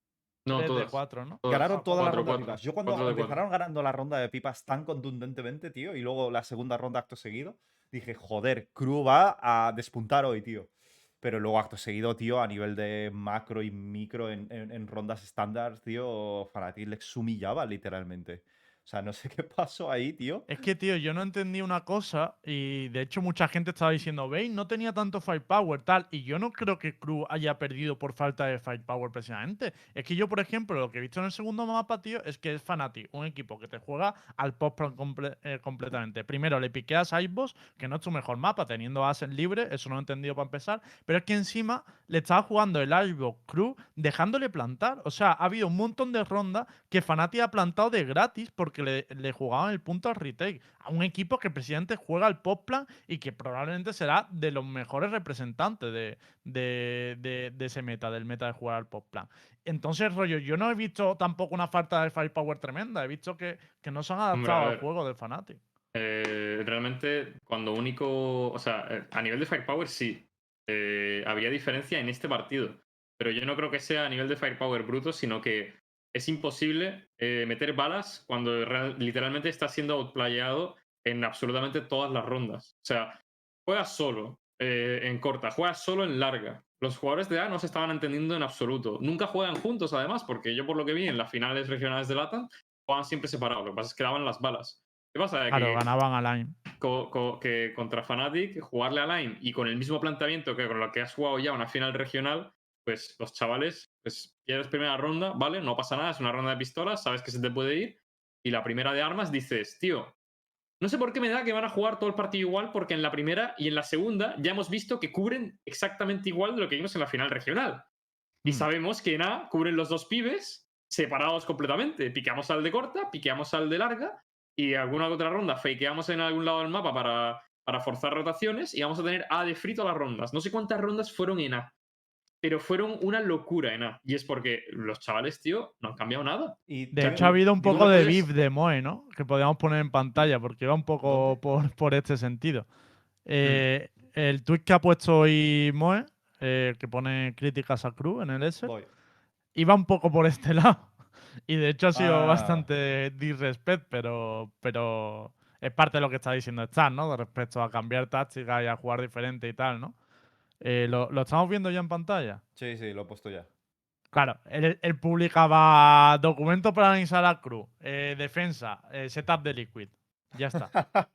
No, tres de todas. cuatro, ¿no? todas. Ganaron Ah, toda la Cuatro, ronda de cuatro. pipas. Yo cuando Cuatro de cuatro. empezaron ganando la ronda de pipas tan contundentemente, tío, y luego la segunda ronda acto seguido, dije, joder, Crew va a despuntar hoy, tío. Pero luego acto seguido, tío, a nivel de macro y micro en, en- en rondas estándar, tío, Fnatic les humillaba literalmente. O sea, no sé qué pasó ahí, tío. Es que, tío, yo no entendí una cosa y de hecho mucha gente estaba diciendo, veis, no tenía tanto firepower, tal, y yo no creo que Crew haya perdido por falta de firepower precisamente. Es que yo, por ejemplo, lo que he visto en el segundo mapa, tío, es que es Fnatic, un equipo que te juega al post-plan comple- eh, completamente. Primero le piqué a Sideboss, que no es tu mejor mapa, teniendo Asen libre, eso no lo he entendido para empezar, pero es que encima le estaba jugando el Icebox Crew dejándole plantar. O sea, ha habido un montón de rondas que Fnatic ha plantado de gratis porque le, le jugaban el punto al retake. A un equipo que precisamente juega al post-plan y que probablemente será de los mejores representantes de, de, de- de ese meta, del meta de jugar al post-plan. Entonces, rollo, yo no he visto tampoco una falta de firepower tremenda. He visto que, que no se han Hombre, a adaptado al ver. juego del Fnatic. Eh, realmente, cuando único. O sea, eh, a nivel de firepower sí. Eh, había diferencia en este partido. Pero yo no creo que sea a nivel de firepower bruto, sino que es imposible eh, meter balas cuando real- literalmente está siendo outplayado en absolutamente todas las rondas. O sea, juegas solo eh, en corta, juegas solo en larga. Los jugadores de A no se estaban entendiendo en absoluto. Nunca juegan juntos, además, porque yo, por lo que vi en las finales regionales de LATAM, juegan siempre separados. Lo que pasa es que daban las balas. ¿Qué pasa? Claro, Que ganaban a Line. co- co- que contra Fnatic, jugarle a Line y con el mismo planteamiento que con lo que has jugado ya una final regional, pues los chavales, pues pierdes primera ronda, ¿vale? No pasa nada, es una ronda de pistolas, sabes que se te puede ir. Y la primera de armas dices, tío, no sé por qué me da que van a jugar todo el partido igual, porque en la primera y en la segunda ya hemos visto que cubren exactamente igual de lo que vimos en la final regional. Y Mm. sabemos que en A cubren los dos pibes separados completamente. Piqueamos al de corta, piqueamos al de larga y alguna otra ronda fakeamos en algún lado del mapa para, para forzar rotaciones y vamos a tener A de frito las rondas. No sé cuántas rondas fueron en A, pero fueron una locura en A. Y es porque los chavales, tío, no han cambiado nada. Y De ya- hecho, ha habido un digo, poco no de puedes- beef de Moe, ¿no? Que podíamos poner en pantalla, porque iba un poco ¿Dónde? por, por este sentido. Mm. Eh, El tweet que ha puesto hoy Moe, eh, que pone críticas a Crew en el S, voy. iba un poco por este lado. Y de hecho ha sido Ah. bastante disrespect, pero, pero es parte de lo que está diciendo Stan, ¿no? De respecto a cambiar tácticas y a jugar diferente y tal, ¿no? Eh, ¿lo, lo estamos viendo ya en pantalla? Sí, sí, lo he puesto ya. Claro, él, él publicaba documentos para analizar a Crew, eh, defensa, eh, setup de Liquid. Ya está.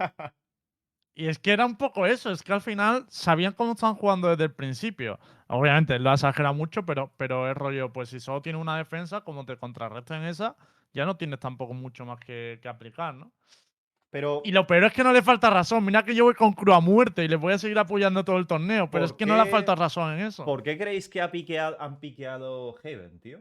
Y es que era un poco eso, es que al final sabían cómo estaban jugando desde el principio. Obviamente lo ha exagerado mucho, pero, pero es rollo, pues si solo tienes una defensa, como te contrarresten esa, ya no tienes tampoco mucho más que, que aplicar, ¿no? Pero, Y lo peor es que no le falta razón. Mira que yo voy con Crew a muerte y les voy a seguir apoyando todo el torneo, pero es ¿por que no le qué- falta razón en eso. ¿por qué creéis que ha piqueado- han piqueado Haven, tío?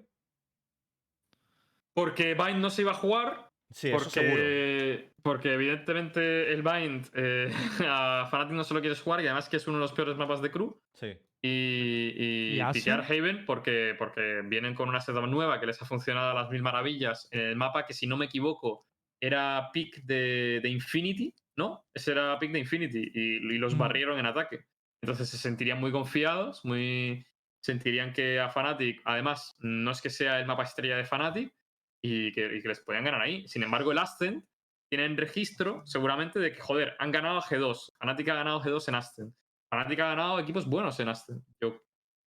Porque Bind no se iba a jugar. Sí, eso seguro. Porque, porque evidentemente el Bind eh, a Fnatic no se lo quieres jugar y además que es uno de los peores mapas de Crew. Sí. Y, y, ¿Y Asia? piquear Haven porque, porque vienen con una setup nueva que les ha funcionado a las mil maravillas en el mapa que, si no me equivoco, era pick de, de Infinity, ¿no? Ese era pick de Infinity y, y los Mm. barrieron en ataque. Entonces se sentirían muy confiados, muy sentirían que a Fnatic, además, no es que sea el mapa estrella de Fnatic y que, y que les podían ganar ahí. Sin embargo, el Ascent tienen registro seguramente de que, joder, han ganado a G dos. Fnatic ha ganado G dos en Ascent. Fnatic ha ganado equipos buenos en Ascent. Yo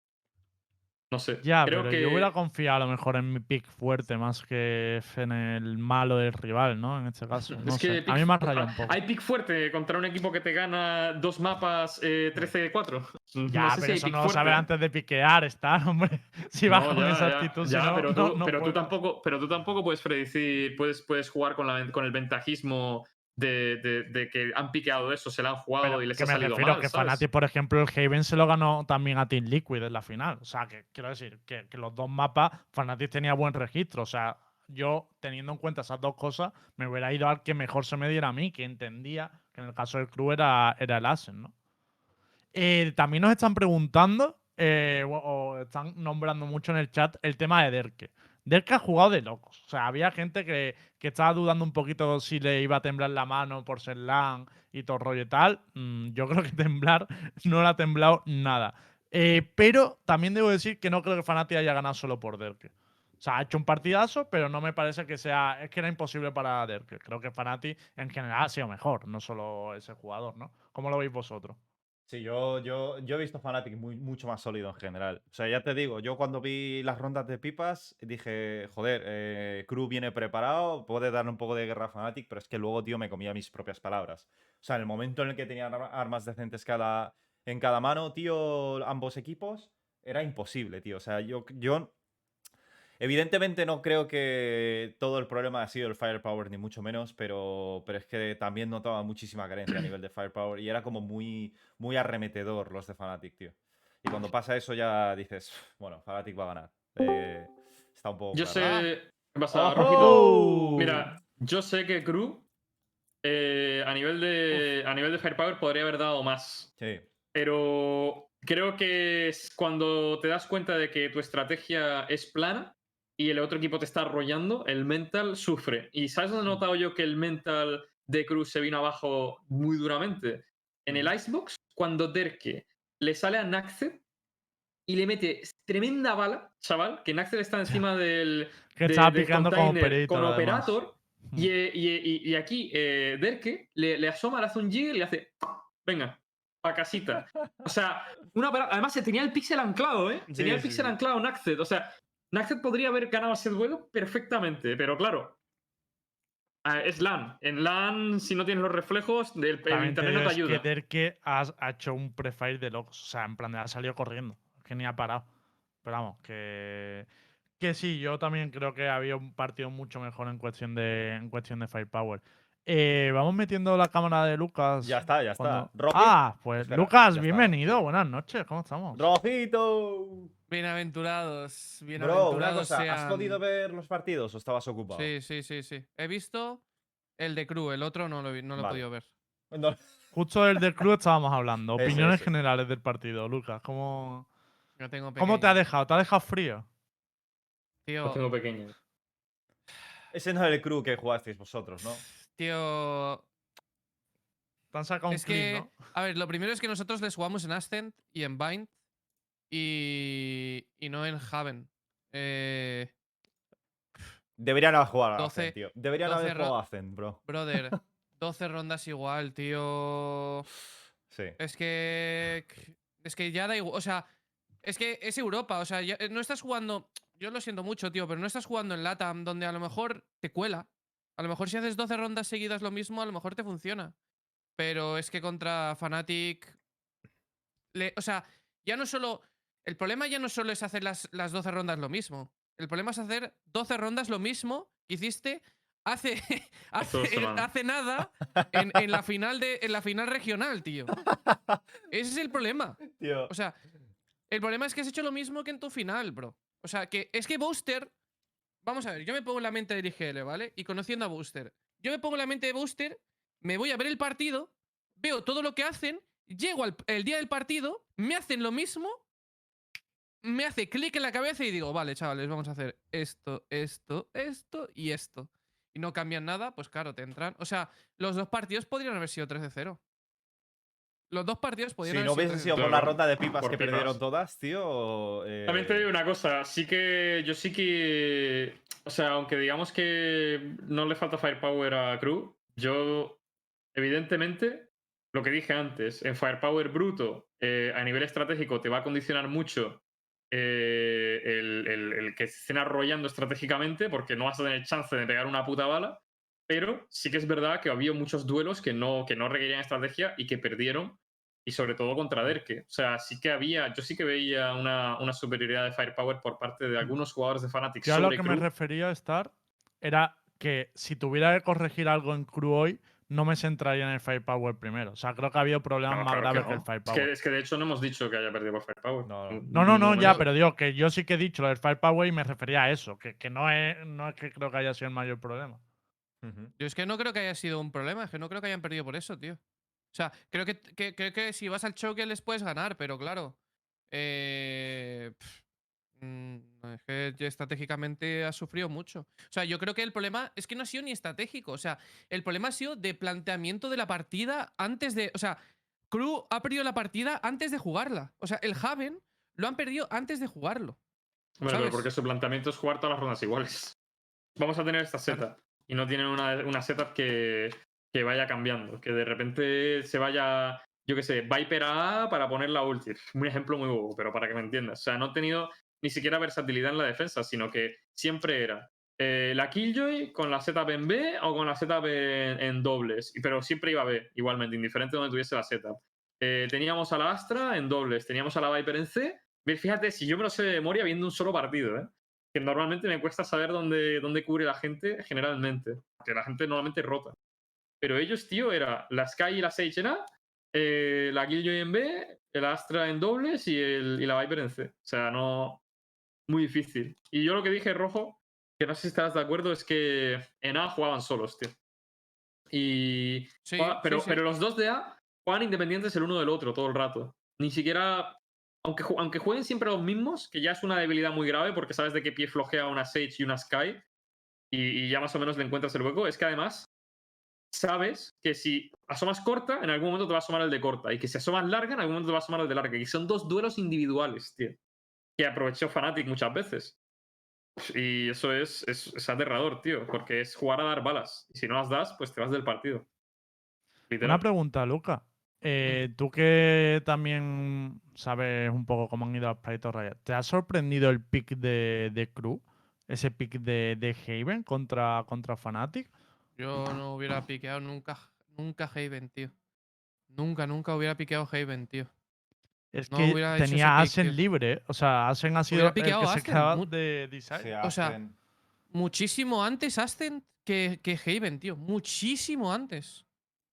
no sé. Ya, creo pero que yo hubiera confiado a lo mejor en mi pick fuerte más que en el malo del rival, ¿no? En este caso. No es que sé. pick- A mí me ha rayado un poco. hay pick fuerte contra un equipo que te gana dos mapas eh, trece cuatro. Ya, no sé pero si hay eso pick no lo fuerte. sabes antes de piquear, está, hombre. Si vas No, con ya, esa ya, actitud, ya, si no, pero tú, no, no pero tú puedes. tampoco, pero tú tampoco puedes predecir, puedes, puedes jugar con, la, con el ventajismo de, de- de que han piqueado eso, se la han jugado Pero y les que ha me salido refiero mal, que ¿sabes? Fnatic, por ejemplo, el Haven se lo ganó también a Team Liquid en la final. O sea, que quiero decir que, que los dos mapas, Fnatic tenía buen registro. O sea, yo, teniendo en cuenta esas dos cosas, me hubiera ido al que mejor se me diera a mí, que entendía que en el caso del crew era, era el Ascent, ¿no? Eh, también nos están preguntando, eh, o, o están nombrando mucho en el chat, el tema de Derke. Derke ha jugado de locos. O sea, había gente que, que estaba dudando un poquito si le iba a temblar la mano por ser LAN y todo el rollo y tal. Mm, yo creo que temblar no le ha temblado nada. Eh, pero también debo decir que no creo que Fnatic haya ganado solo por Derke. O sea, ha hecho un partidazo, pero no me parece que sea. Es que era imposible para Derke. Creo que Fnatic en general ha sido mejor, no solo ese jugador, ¿no? ¿Cómo lo veis vosotros? Sí, yo, yo, yo he visto Fnatic muy, mucho más sólido en general. O sea, ya te digo, yo cuando vi las rondas de pipas dije, joder, eh, Crew viene preparado, puede darle un poco de guerra a Fnatic, pero es que luego, tío, me comía mis propias palabras. O sea, en el momento en el que tenían ar- armas decentes cada, en cada mano, tío, ambos equipos, era imposible, tío. O sea, yo, yo evidentemente no creo que todo el problema ha sido el firepower, ni mucho menos, pero, pero es que también notaba muchísima carencia a nivel de firepower y era como muy, muy arremetedor los de Fnatic, tío. Y cuando pasa eso ya dices, bueno, Fnatic va a ganar. Eh, está un poco Yo claro. sé. ¿Qué pasa, ¡Ojo! Rojito? Mira, yo sé que Crew eh, a nivel de a nivel de firepower podría haber dado más. Sí. Pero creo que es cuando te das cuenta de que tu estrategia es plana y el otro equipo te está arrollando, el mental sufre. ¿Y sabes dónde he notado yo que el mental de Cruz se vino abajo muy duramente? En el Icebox, cuando Derke le sale a Naxed y le mete tremenda bala, chaval, que Naxed está encima del, Que de- estaba del picando con container con Operator, además. Operator. Y, eh, y, y- y aquí eh, Derke le, le asoma, le hace un jiggle y le hace. Venga, pa' casita. O sea, una para- además se tenía el pixel anclado, ¿eh? Sí, Tenía el sí, pixel sí. anclado Naxed. O sea, Naxed podría haber ganado ese duelo perfectamente, pero claro. ah, Es LAN. En LAN, si no tienes los reflejos, el, el También te internet no digo, te es que ayuda. Derke ha, ha hecho un prefire de locos. O sea, en plan, ha salido corriendo. Es que ni ha parado. Pero vamos, que. Que sí, yo también creo que había un partido mucho mejor en cuestión de, en cuestión de firepower. Eh, vamos metiendo la cámara de Lucas. Ya está, ya está. cuando- Roji- Ah, pues Espera, Lucas, ya está, bienvenido. sí. Buenas noches, ¿cómo estamos? ¡Rojito! Bienaventurados, Bro, bienaventurados una cosa, ¿has sean. podido ver los partidos o estabas ocupado? Sí, sí, sí, sí. He visto el de Crew, el otro no lo, he vi- no lo he Vale. podido ver. No- Justo del del club estábamos hablando. Ese, Opiniones ese. generales del partido, Lucas. ¿Cómo, Lo tengo ¿Cómo te ha pequeño. dejado? ¿Te ha dejado frío? Lo Tío, tengo pequeño. Ese no es el crew que jugasteis vosotros, ¿no? tío. Te han sacado un Es clip, que. ¿no? A ver, lo primero es que nosotros les jugamos en Ascent y en Bind. Y. Y no en Haven. Eh. Deberían haber jugado a doce Ascent, tío. Deberían doce haber ro- jugado a Ascent, bro. Brother, doce rondas igual, tío. Sí. Es que. Es que ya da igual. O sea, es que es Europa. O sea, ya- no estás jugando. Yo lo siento mucho, tío, pero no estás jugando en LATAM, donde a lo mejor te cuela. A lo mejor si haces doce rondas seguidas lo mismo, a lo mejor te funciona. Pero es que contra Fnatic. le- o sea, ya no solo. El problema ya no solo es hacer las, las doce rondas lo mismo. El problema es hacer doce rondas lo mismo que hiciste hace, hace, dos semanas. hace nada en, en la final de, en la final regional, tío. Ese es el problema. Tío. O sea, el problema es que has hecho lo mismo que en tu final, bro. O sea, que es que Booster. Vamos a ver, yo me pongo en la mente de I G L, ¿vale? Y conociendo a Booster. Yo me pongo en la mente de Booster, me voy a ver el partido, veo todo lo que hacen, llego al el día del partido, me hacen lo mismo, me hace clic en la cabeza y digo, vale, chavales, vamos a hacer esto, esto, esto y esto. y no cambian nada, pues claro, te entran. O sea, los dos partidos podrían haber sido tres de cero. Los dos partidos podrían Si haber no sido hubiese tres de sido cero. por la Claro, ronda de pipas por que pipas. perdieron todas, tío. eh, También te digo una cosa, sí que yo sí que, o sea, aunque digamos que no le falta firepower a Crew, yo evidentemente, lo que dije antes, en firepower bruto, eh, a nivel estratégico te va a condicionar mucho eh, el, el- el que se estén arrollando estratégicamente, porque no vas a tener chance de pegar una puta bala, pero sí que es verdad que había muchos duelos que no, que no requerían estrategia y que perdieron, y sobre todo contra Derke. O sea, sí que había, yo sí que veía una, una superioridad de firepower por parte de algunos jugadores de Fnatic Yo a lo sobre que me Crew. refería a estar era que si tuviera que corregir algo en Crew hoy, no me centraría en el firepower primero. O sea, creo que ha habido problemas No, más claro que graves que, no. el Es que, firepower. es que de hecho no hemos dicho que haya perdido por firepower. No, no. No, no, no, ya, momento. pero digo que yo sí que he dicho lo del firepower y me refería a eso, que, que no, es, no es que creo que haya sido el mayor problema. Ujú. Yo es que no creo que haya sido un problema, es que no creo que hayan perdido por eso, tío. O sea, creo que, que, creo que si vas al choque les puedes ganar, pero claro. Eh, pf, mm, no, es que ya estratégicamente ha sufrido mucho. O sea, yo creo que el problema es que no ha sido ni estratégico. O sea, el problema ha sido de planteamiento de la partida antes de. O sea, Crew ha perdido la partida antes de jugarla. O sea, el Haven lo han perdido antes de jugarlo. Bueno, pero ¿sabes? porque su planteamiento es jugar todas las rondas iguales. Vamos a tener esta Claro. setup. Y no tienen una, una setup que, que vaya cambiando. Que de repente se vaya, yo qué sé, Viper a A para poner la ulti. Un ejemplo muy bobo, pero para que me entiendas. O sea, no he tenido ni siquiera versatilidad en la defensa, sino que siempre era eh, la Killjoy con la setup en B o con la setup en, en dobles. Y- Pero siempre iba a B, igualmente, indiferente de donde tuviese la setup. Eh, teníamos a la Astra en dobles, teníamos a la Viper en C. Ve, fíjate, si yo me lo sé de memoria viendo un solo partido, ¿eh? Que normalmente me cuesta saber dónde, dónde cubre la gente generalmente. Que la gente normalmente rota. Pero ellos, tío, era la Sky y la Sage en A, eh, la Killjoy en B, el Astra en dobles y, el, y la Viper en C. O sea, no. Muy difícil. Y yo lo que dije, Rojo, que no sé si estarás de acuerdo, es que en A jugaban solos, tío. Y. Sí, juega- pero, sí, sí. pero los dos de A juegan independientes el uno del otro todo el rato. Ni siquiera. Aunque, ju- aunque jueguen siempre los mismos, que ya es una debilidad muy grave porque sabes de qué pie flojea una Sage y una Sky, y, y ya más o menos le encuentras el hueco, es que además sabes que si asomas corta, en algún momento te va a asomar el de corta, y que si asomas larga, en algún momento te va a asomar el de larga. Y son dos duelos individuales, tío, que aprovechó Fnatic muchas veces. Y eso es, es, es aterrador, tío, porque es jugar a dar balas. Y si no las das, pues te vas del partido. Literal. Una pregunta, Luca. Eh, tú que también sabes un poco cómo han ido los proyectos Riot, ¿te ha sorprendido el pick de, de Crew? Ese pick de, de Haven contra, contra Fnatic. Yo no hubiera piqueado nunca, nunca Haven, tío. Nunca, nunca hubiera piqueado Haven, tío. Es No que hubiera hecho ese tenía pick, Asen tío. libre. O sea, Asen ha sido Hubiera el piqueado que a se Ascent, quedaba mu- de Decide. Se O sea, hacen. muchísimo antes Ascent que, que Haven, tío. Muchísimo antes.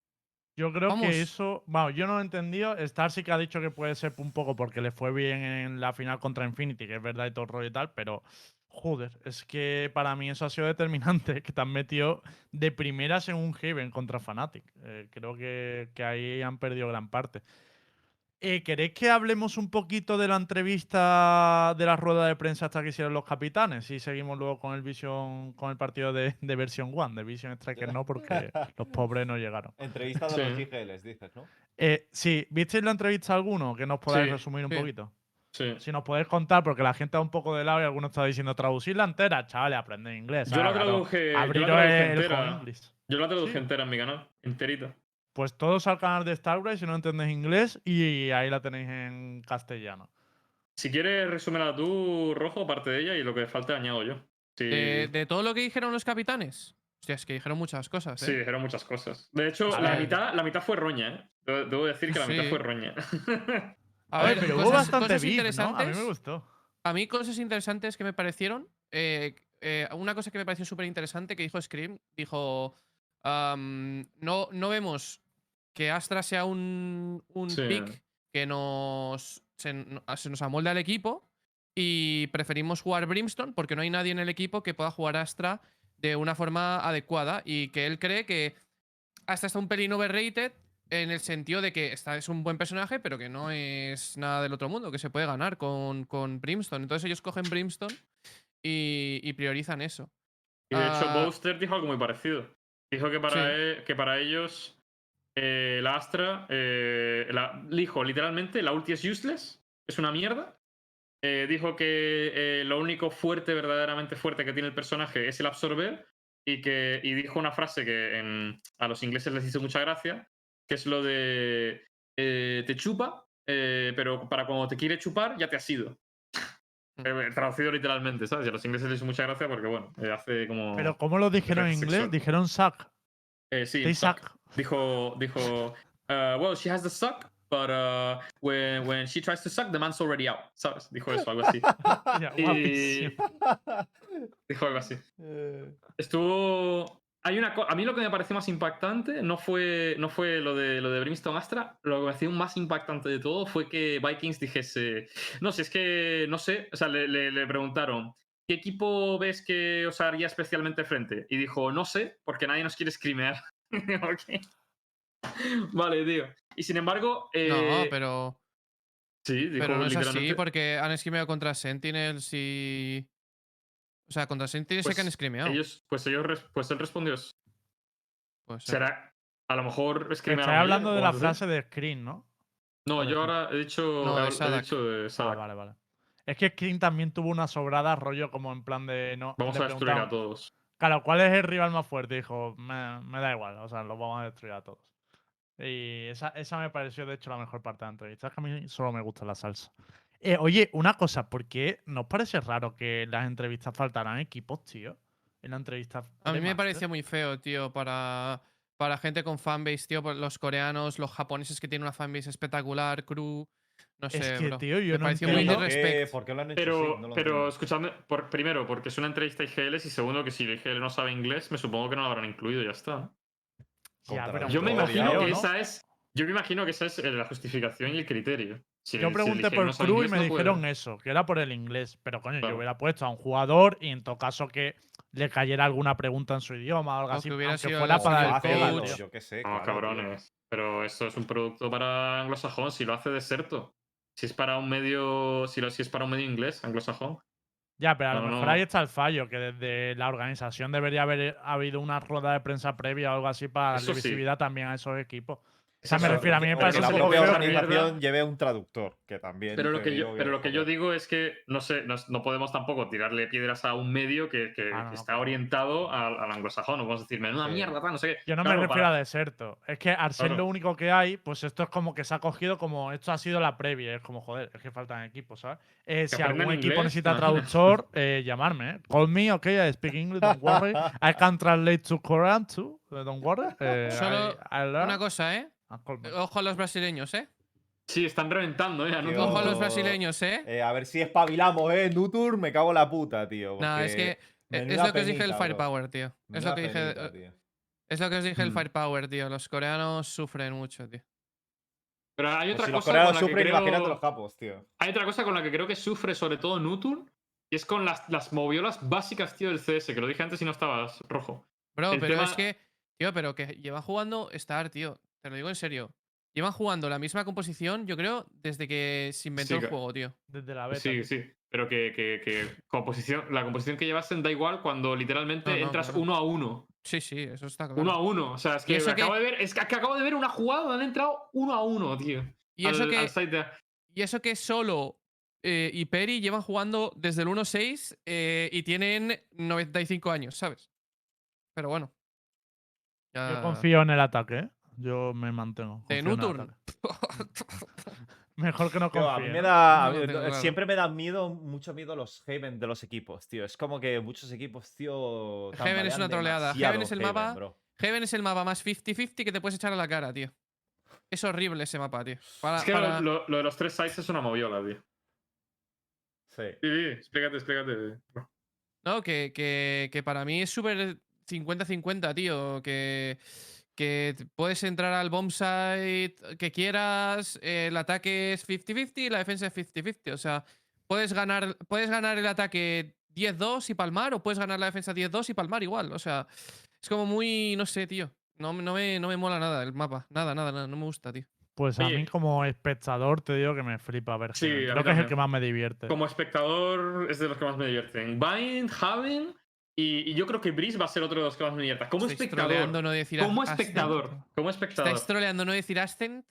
Yo creo que Vamos. eso, vamos, yo no lo he entendido. Star sí que ha dicho que puede ser un poco porque le fue bien en la final contra Infinity, que es verdad y todo el rollo y tal, pero joder, es que para mí eso ha sido determinante, que te han metido de primeras en un Haven contra Fnatic. Eh, creo que, que ahí han perdido gran parte. Eh, ¿Queréis que hablemos un poquito de la entrevista de la rueda de prensa hasta que hicieron los capitanes? Y seguimos luego con el Vision, con el partido de, de versión One, de Vision Strikers no, porque los pobres no llegaron. Entrevista de Sí. los G G Ls, dices, ¿no? Eh, sí, ¿visteis la entrevista alguno? Que nos podáis Sí, resumir un sí. poquito. Sí. Si nos podéis contar, porque la gente va un poco de lado y algunos está diciendo traducirla entera, chavales, aprended inglés. Yo la ¿sabes? Claro, traduje, yo la abriros traduje el entera. Home English. Yo la traduje Sí. entera en mi canal, enterita. Pues todos al canal de Starbright si no entendéis inglés y ahí la tenéis en castellano. Si quieres, resúmela tú, Rojo, aparte de ella, y lo que falte añado yo. Sí, De, de todo lo que dijeron los capitanes. Hostia, es que dijeron muchas cosas, ¿eh? sí, dijeron muchas cosas. De hecho, A la ver. mitad, la mitad fue roña, ¿eh? Debo debo decir que la mitad Sí. fue roña. A A ver, ver, pero hubo cosas, bastante cosas beef, ¿no? A mí interesantes. me gustó. A mí cosas interesantes que me parecieron. eh, eh, una cosa que me pareció súper interesante que dijo Scream. Dijo, am, no, no vemos que Astra sea un, un Sí. pick que nos, se, no- se nos amolda al equipo y preferimos jugar Brimstone porque no hay nadie en el equipo que pueda jugar Astra de una forma adecuada y que él cree que Astra está un pelín overrated en el sentido de que esta es un buen personaje, pero que no es nada del otro mundo, que se puede ganar con, con Brimstone. Entonces ellos cogen Brimstone y, y priorizan eso. Y de hecho, Ah. Booster dijo algo muy parecido. Dijo que para, Sí. e- que para ellos eh, la Astra, eh, la- dijo literalmente, la ulti es useless, es una mierda. Eh, dijo que eh, lo único fuerte, verdaderamente fuerte que tiene el personaje es el absorber y, que, y dijo una frase que en- a los ingleses les hizo mucha gracia, que es lo de eh, te chupa, eh, pero para cuando te quiere chupar ya te has ido. Mm. Eh, traducido literalmente, ¿sabes? Y a los ingleses les hizo mucha gracia porque, bueno, eh, hace como... Pero ¿cómo lo dijeron en referencia inglés? sexual. Dijeron suck. Eh, sí, They suck. suck. Dijo, dijo, uh, well, she has the suck, but uh, when, when she tries to suck, the man's already out, ¿sabes? Dijo eso, algo así. Ya, Y guapísimo. dijo algo así. Eh, Estuvo... Hay una co- a mí lo que me pareció más impactante no fue, no fue lo de, lo de Brimstone Astra, lo que me pareció más impactante de todo fue que Vikings dijese, no sé, es que, no sé, o sea, le, le- le preguntaron, ¿qué equipo ves que os haría especialmente frente? Y dijo, no sé, porque nadie nos quiere screamear. Ok. Vale, tío. Y sin embargo, No, eh, pero. sí, dijo Pero no es así, literalmente, porque han escrimeado contra Sentinels y. O sea, contra Sentinels sé que han pues, escrimeado. ellos, pues, ellos, res- pues él respondió, Pues, será, a lo mejor Estáis screamearon ayer hablando o de la antes de él. frase de Screen, ¿no? No, ¿O de yo quién? ahora he dicho, No, he, de he Sadak. dicho de Ah, Sadak. vale, vale. Es que Screen también tuvo una sobrada rollo como en plan de. No, Vamos le a destruir a preguntaban, todos. claro, ¿cuál es el rival más fuerte? Dijo, me, me da igual, o sea, los vamos a destruir a todos. Y esa, esa me pareció, de hecho, la mejor parte de la entrevista. Es que a mí solo me gusta la salsa. Eh, oye, una cosa, ¿por qué nos parece raro que en las entrevistas faltaran equipos, tío? En la entrevista. A de mí me Master. pareció muy feo, tío, para, para gente con fanbase, tío. por Los coreanos, los japoneses que tienen una fanbase espectacular, crew. No Es sé, que, bro. tío, yo me no pareció pero muy entiendo. ¿por qué, disrespect. por qué lo han hecho así? Pero, No lo pero entiendo. escuchadme, por- primero, porque es una entrevista I G L y segundo, que si el I G L no sabe inglés, me supongo que no lo habrán incluido, ya está. Ya, Con pero un Yo me poco traductor, imagino feo, que ¿no? esa es. Yo me imagino que esa es eh, la justificación y el criterio. Si Yo el, si el pregunté I G L por no sabe crew y inglés, me no dijeron puede. eso, que era por el inglés. Pero coño, yo Claro. hubiera puesto a un jugador y en todo caso que le cayera alguna pregunta en su idioma o algo así. Aunque hubiera Aunque sido fuera el para senior el fácil, pega, coach. o tío. yo qué sé, No, claro, tío. cabrones. Pero esto es un producto para anglosajón, si lo hace deserto. Si es para un medio. Si, lo, si es para un medio inglés, anglosajón. Ya, pero a lo No, mejor no. ahí está el fallo, que desde la organización debería haber habido una rueda de prensa previa o algo así para darle Eso sí. visibilidad también a esos equipos. O Es sea, me eso, refiero, a mí me O parece que no la un se le poco propia puede feo. echar organización mierda. lleve a un traductor, que también Pero lo te que yo, digo pero lo que yo joder. digo es que, no sé, no, no podemos tampoco tirarle piedras a un medio que, que- Ah, no, que no, está claro. orientado al, al anglosajón. No podemos decir, menuda Sí. mierda, tal, no sé qué. Yo no Claro, me refiero para- a deserto. Es que al ser Claro. lo único que hay, pues esto es como que se ha cogido como esto ha sido la previa. Es como, joder, es que faltan equipos, ¿sabes? Eh, si aprendan algún equipo inglés, necesita ¿te imaginas? traductor, eh, llamarme, ¿eh? Call me, ok, I speak English, don't worry. I can translate to Korean too, eh, don't worry. Eh, Solo I- I learn. una cosa, ¿eh? Ah, call me. Ojo a los brasileños, ¿eh? Sí, están reventando, ¿eh? Tío, Ojo a los Yo- brasileños, ¿eh? Eh, a ver si espabilamos, ¿eh? Nutur, me cago en la puta, tío. No, es que porque eh, es menuda lo que os dije el penita, bro. firepower, tío. Es Menuda lo que dije. penita, eh, tío. Es lo que os dije el Mm. firepower, tío. Los coreanos sufren mucho, tío. Pero hay Pues otra si los cosa con coreanos la que sufren, creo... imagínate los japos, tío. Hay otra cosa con la que creo que sufre sobre todo Nutur, y es con las, las moviolas básicas, tío, del C S, que lo dije antes y no estabas rojo. Bro, El pero tema- es que. Tío, pero que llevan jugando Star, tío. Te lo digo en serio. Llevan jugando la misma composición, yo creo, desde que se inventó Sí, el que- juego, tío. Desde la beta. Sí, tío. sí. Pero que, que, que composición, la composición que llevasen da igual cuando literalmente No, no, entras claro. uno a uno. Sí, sí, eso está claro. Uno a uno. O sea, es Y que, eso acabo que- de ver, es que, que acabo de ver una jugada donde han entrado uno a uno, tío. Y eso al, que- al site de- Y eso que solo eh, y Peri llevan jugando desde el uno seis eh, y tienen noventa y cinco años, ¿sabes? Pero bueno. Ya- Yo confío en el ataque, ¿eh? Yo me mantengo. De confío en el Nuturn. ataque. Mejor que no Tío, confíe. a mí me ¿no? da. a No mí- lo tengo claro. Siempre me dan miedo, mucho miedo los Haven de los equipos, tío. Es como que muchos equipos, tío. Heaven es tambalean una troleada. demasiado Heaven es el Haven, mapa- bro. Heaven es el mapa más cincuenta cincuenta que te puedes echar a la cara, tío. Es horrible ese mapa, tío. Para, Es que para- lo, lo de los tres sites es una moviola, tío. Sí. Sí, sí, explícate, explícate. No, que, que, que para mí es súper cincuenta cincuenta, tío. Que, que t- puedes entrar al bomb site que quieras, eh, el ataque es cincuenta cincuenta y la defensa es cincuenta cincuenta. O sea, puedes ganar, puedes ganar el ataque diez dos y palmar, o puedes ganar la defensa diez dos y palmar igual. O sea, es como muy. No sé, tío. No, me- no, me, no me mola nada el mapa. Nada, nada, nada. No me gusta, tío. Pues a Oye. mí como espectador te digo que me flipa ver Sí, Heaven. a Creo mí que es el también. que más me divierte. Como espectador es de los que más me divierten. Bind, Haven Y, y yo creo que Breeze va a ser otro de los que más me divierta. Como Estáis espectador. troleando no decir Como Ascent, espectador. tío. Como espectador. Estáis troleando no decir Ascent.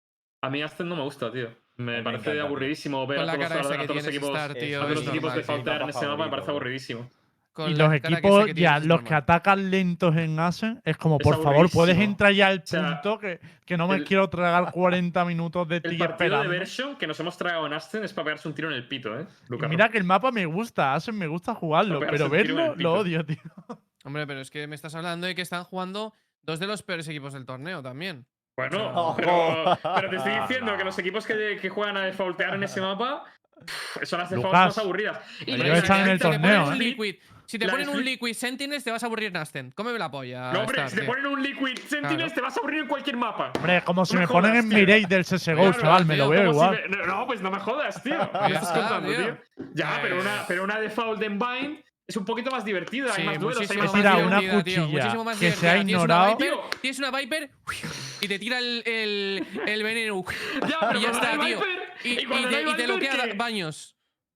A mí Ascent no me gusta, tío. Me me parece encanta, tío. aburridísimo ver Con a la todos, cara los- esa a que todos los tienes, equipos, Star, Es tío. a todos Es los equipos normal, de tío. faltear en mapa ese mapa me parece favorito, bro. aburridísimo. Con Y la los cara que ese equipos, que ya, tienes es los que normal. atacan lentos en Asen, es como, Es por favor, puedes aburridísimo. entrar ya al O sea, punto que, que no me el- quiero tragar cuarenta minutos de El ti partido esperando. de version que nos hemos tragado en Ascent es para pegarse un tiro en el pito, ¿eh? Y Lucarro. mira que el mapa me gusta, Asen me gusta jugarlo, Para pero pegarse el tiro en el verlo lo pito. odio, tío. Hombre, pero es que me estás hablando de que están jugando dos de los peores equipos del torneo también. Bueno, O sea, pero, pero te estoy Ah, diciendo no. que los equipos que, que juegan a defaultear en ese mapa pff, son las defaults Lucas, más aburridas. Y ellos la- están en el la- si te torneo, ponen un ¿eh? Liquid, si te La ponen un split- Liquid Sentinels, te vas a aburrir en Ascent. Cómeme la polla. No, hombre, Star, si te tío. ponen un Liquid Sentinels Claro. te vas a aburrir en cualquier mapa. Hombre, como si No me me ponen jodas, en tío. mi raid del C S G O, Claro, chaval, me tío, lo veo Como si igual. me- no, pues no me jodas, tío. ¿Qué Ya estás está, contando, tío. tío? Ya, pero una, pero una default en Bind es un poquito más divertida. Sí, hay más duelos, hay muchísimo más He tirado más una divertida, tío, cuchilla muchísimo más que se ha divertida. Tienes ignorado. Una Viper, Tío. tienes una Viper y te tira el, el, el veneno. Ya, pero y ya cuando está, no hay tío. Viper, Y, y y cuando no te, hay y te Viper, bloquea ¿qué? baños.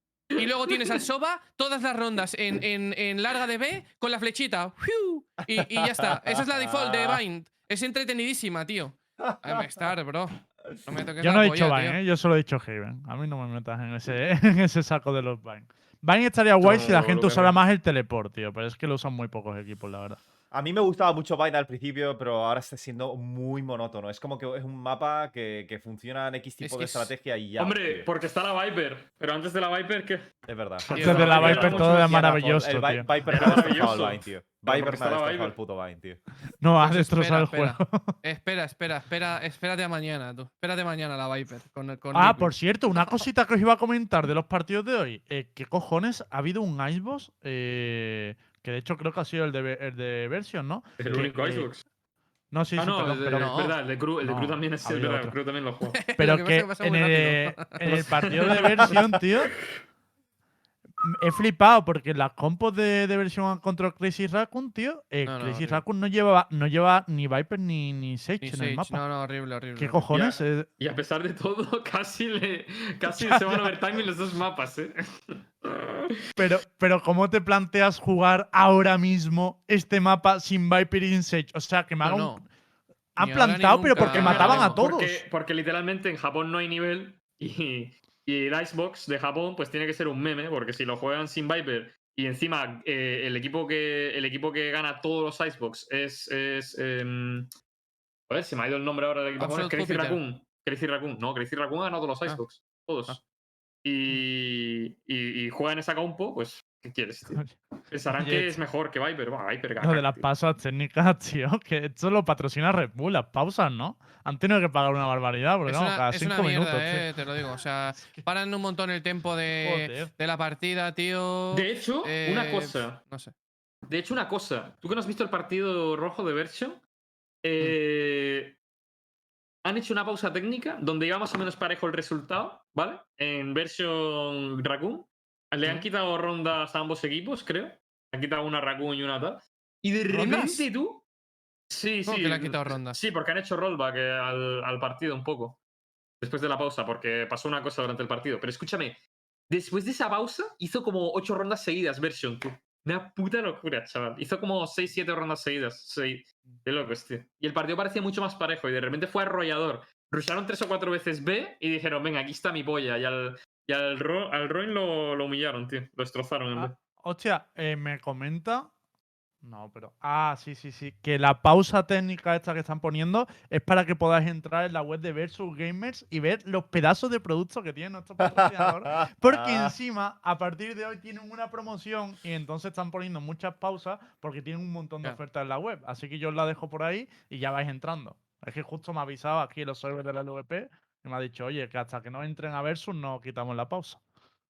Y luego tienes al Soba todas las rondas en, en, en larga de B con la flechita. ¡Fiu! Y, y ya está. Esa es la default de Bind. Es entretenidísima, tío. Dame estar, bro. No me toques Yo la no he polla, dicho tío. Vine, ¿eh? Yo solo he dicho Haven. A mí no me metas en ese, en ese saco de los Vine. Vine estaría guay No, si la no, gente lo usara que- más el teleport, tío. Pero es que lo usan muy pocos equipos, la verdad. A mí me gustaba mucho Bind al principio, pero ahora está siendo muy monótono. Es como que es un mapa que, que funciona en X tipo que de es- estrategia y ya. Hombre, tío. porque está la Viper. Pero antes de la Viper, ¿qué? Es verdad. Tío, Antes de la Viper Viper mucho todo era Sí, Anafor, maravilloso, el Vi- tío. Viper me Era ha destrozado maravilloso. el Bind, tío. Pero Viper porque me ha está la destrozado Viper. el puto Bind, tío. No, has Pues destrozado el espera, juego. Espera, espera, espera, espérate a mañana, tú. Espérate mañana la Viper. Con, con Ah, Liquid. por cierto, una cosita que os iba a comentar de los partidos de hoy. Eh, ¿Qué cojones? Ha habido un Icebox, eh, que de hecho creo que ha sido el de, el de Version, ¿no? El Que, único eh, Icebox. No, sí, Ah, sí, no, perdón, el de, pero, no. es verdad, el de Crew, el de No, Crew también es ha el habido verdad, otro. Crew también lo juego. pero Lo que pasa que, es que pasa en, muy el, rápido. en el partido de Version, tío, he flipado porque las compos de, de Version contra Crazy Raccoon, tío, eh, No, no, Crazy horrible. Raccoon no lleva, no lleva ni Viper ni, ni Sage Ni en Sage. el mapa. No, no, horrible, horrible. ¿Qué horrible. cojones? Ya. Eh, Y a pesar de todo, casi, le, casi Ya, se van ya. overtime en los dos mapas, ¿eh? Pero, pero ¿cómo te planteas jugar ahora mismo este mapa sin Viper y sin Sage? O sea, que me haga No, un... no. Han Ni ahora ni plantado, pero nunca, porque ahora mataban a mismo. todos. Porque, porque literalmente en Japón no hay nivel y, y el Icebox de Japón pues tiene que ser un meme, porque si lo juegan sin Viper y encima eh, el, equipo que, el equipo que gana todos los Icebox es... es em, a ver, se me ha ido el nombre ahora del equipo japonés. Absolute Crazy Júpiter. Raccoon. Crazy Raccoon. No, Crazy Raccoon ha ganado todos los Ah. Icebox. Todos. Ah. Y, y, y juega en esa compo, pues, ¿qué quieres, tío? Pensarán Oye, que es mejor que Viper. Bueno, Viper Lo gana. de las pausas técnicas, tío, que esto lo patrocina Red Bull, las pausas, ¿no? Han tenido que pagar una barbaridad, porque Es vamos, una, cada es cinco una mierda, minutos, eh, te lo digo. O sea, paran un montón el tiempo de, Joder. de la partida, tío. De hecho, una Eh, cosa. No sé. De hecho, una cosa. Tú que no has visto el partido rojo de Version, eh, han hecho una pausa técnica donde iba más o menos parejo el resultado, ¿vale? En Version Raccoon. Le han Sí. quitado rondas a ambos equipos, creo. Le han quitado una Raccoon y una tal. Y de ¿Rondas? repente tú. Sí, ¿Cómo sí. que le han quitado rondas? Sí, porque han hecho rollback eh, al, al partido un poco. Después de la pausa, porque pasó una cosa durante el partido. Pero escúchame, después de esa pausa, hizo como ocho rondas seguidas, Version, tú. Una puta locura, chaval. Hizo como seis, siete rondas seguidas. Seis. De locos, tío. Y el partido parecía mucho más parejo y de repente fue arrollador. Rusharon tres o cuatro veces B y dijeron, venga, aquí está mi polla. Y al, y al, Ro- al Roin lo, lo humillaron, tío. Lo destrozaron en B. Ah, hostia, eh, me comenta. No, pero. Ah, sí, sí, sí. Que la pausa técnica esta que están poniendo es para que podáis entrar en la web de Versus Gamers y ver los pedazos de productos que tiene nuestro patrocinador. Porque encima, a partir de hoy, tienen una promoción y entonces están poniendo muchas pausas porque tienen un montón de Claro. ofertas en la web. Así que yo os la dejo por ahí y ya vais entrando. Es que justo me ha avisado aquí los servers de la L V P y me ha dicho, oye, que hasta que no entren a Versus no quitamos la pausa.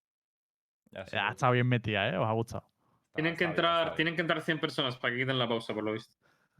Ya sé, Ya está- está bien metida, ¿eh? Os ha gustado. Tienen que está bien, entrar, está bien. tienen que entrar cien personas para que quiten la pausa, por lo visto.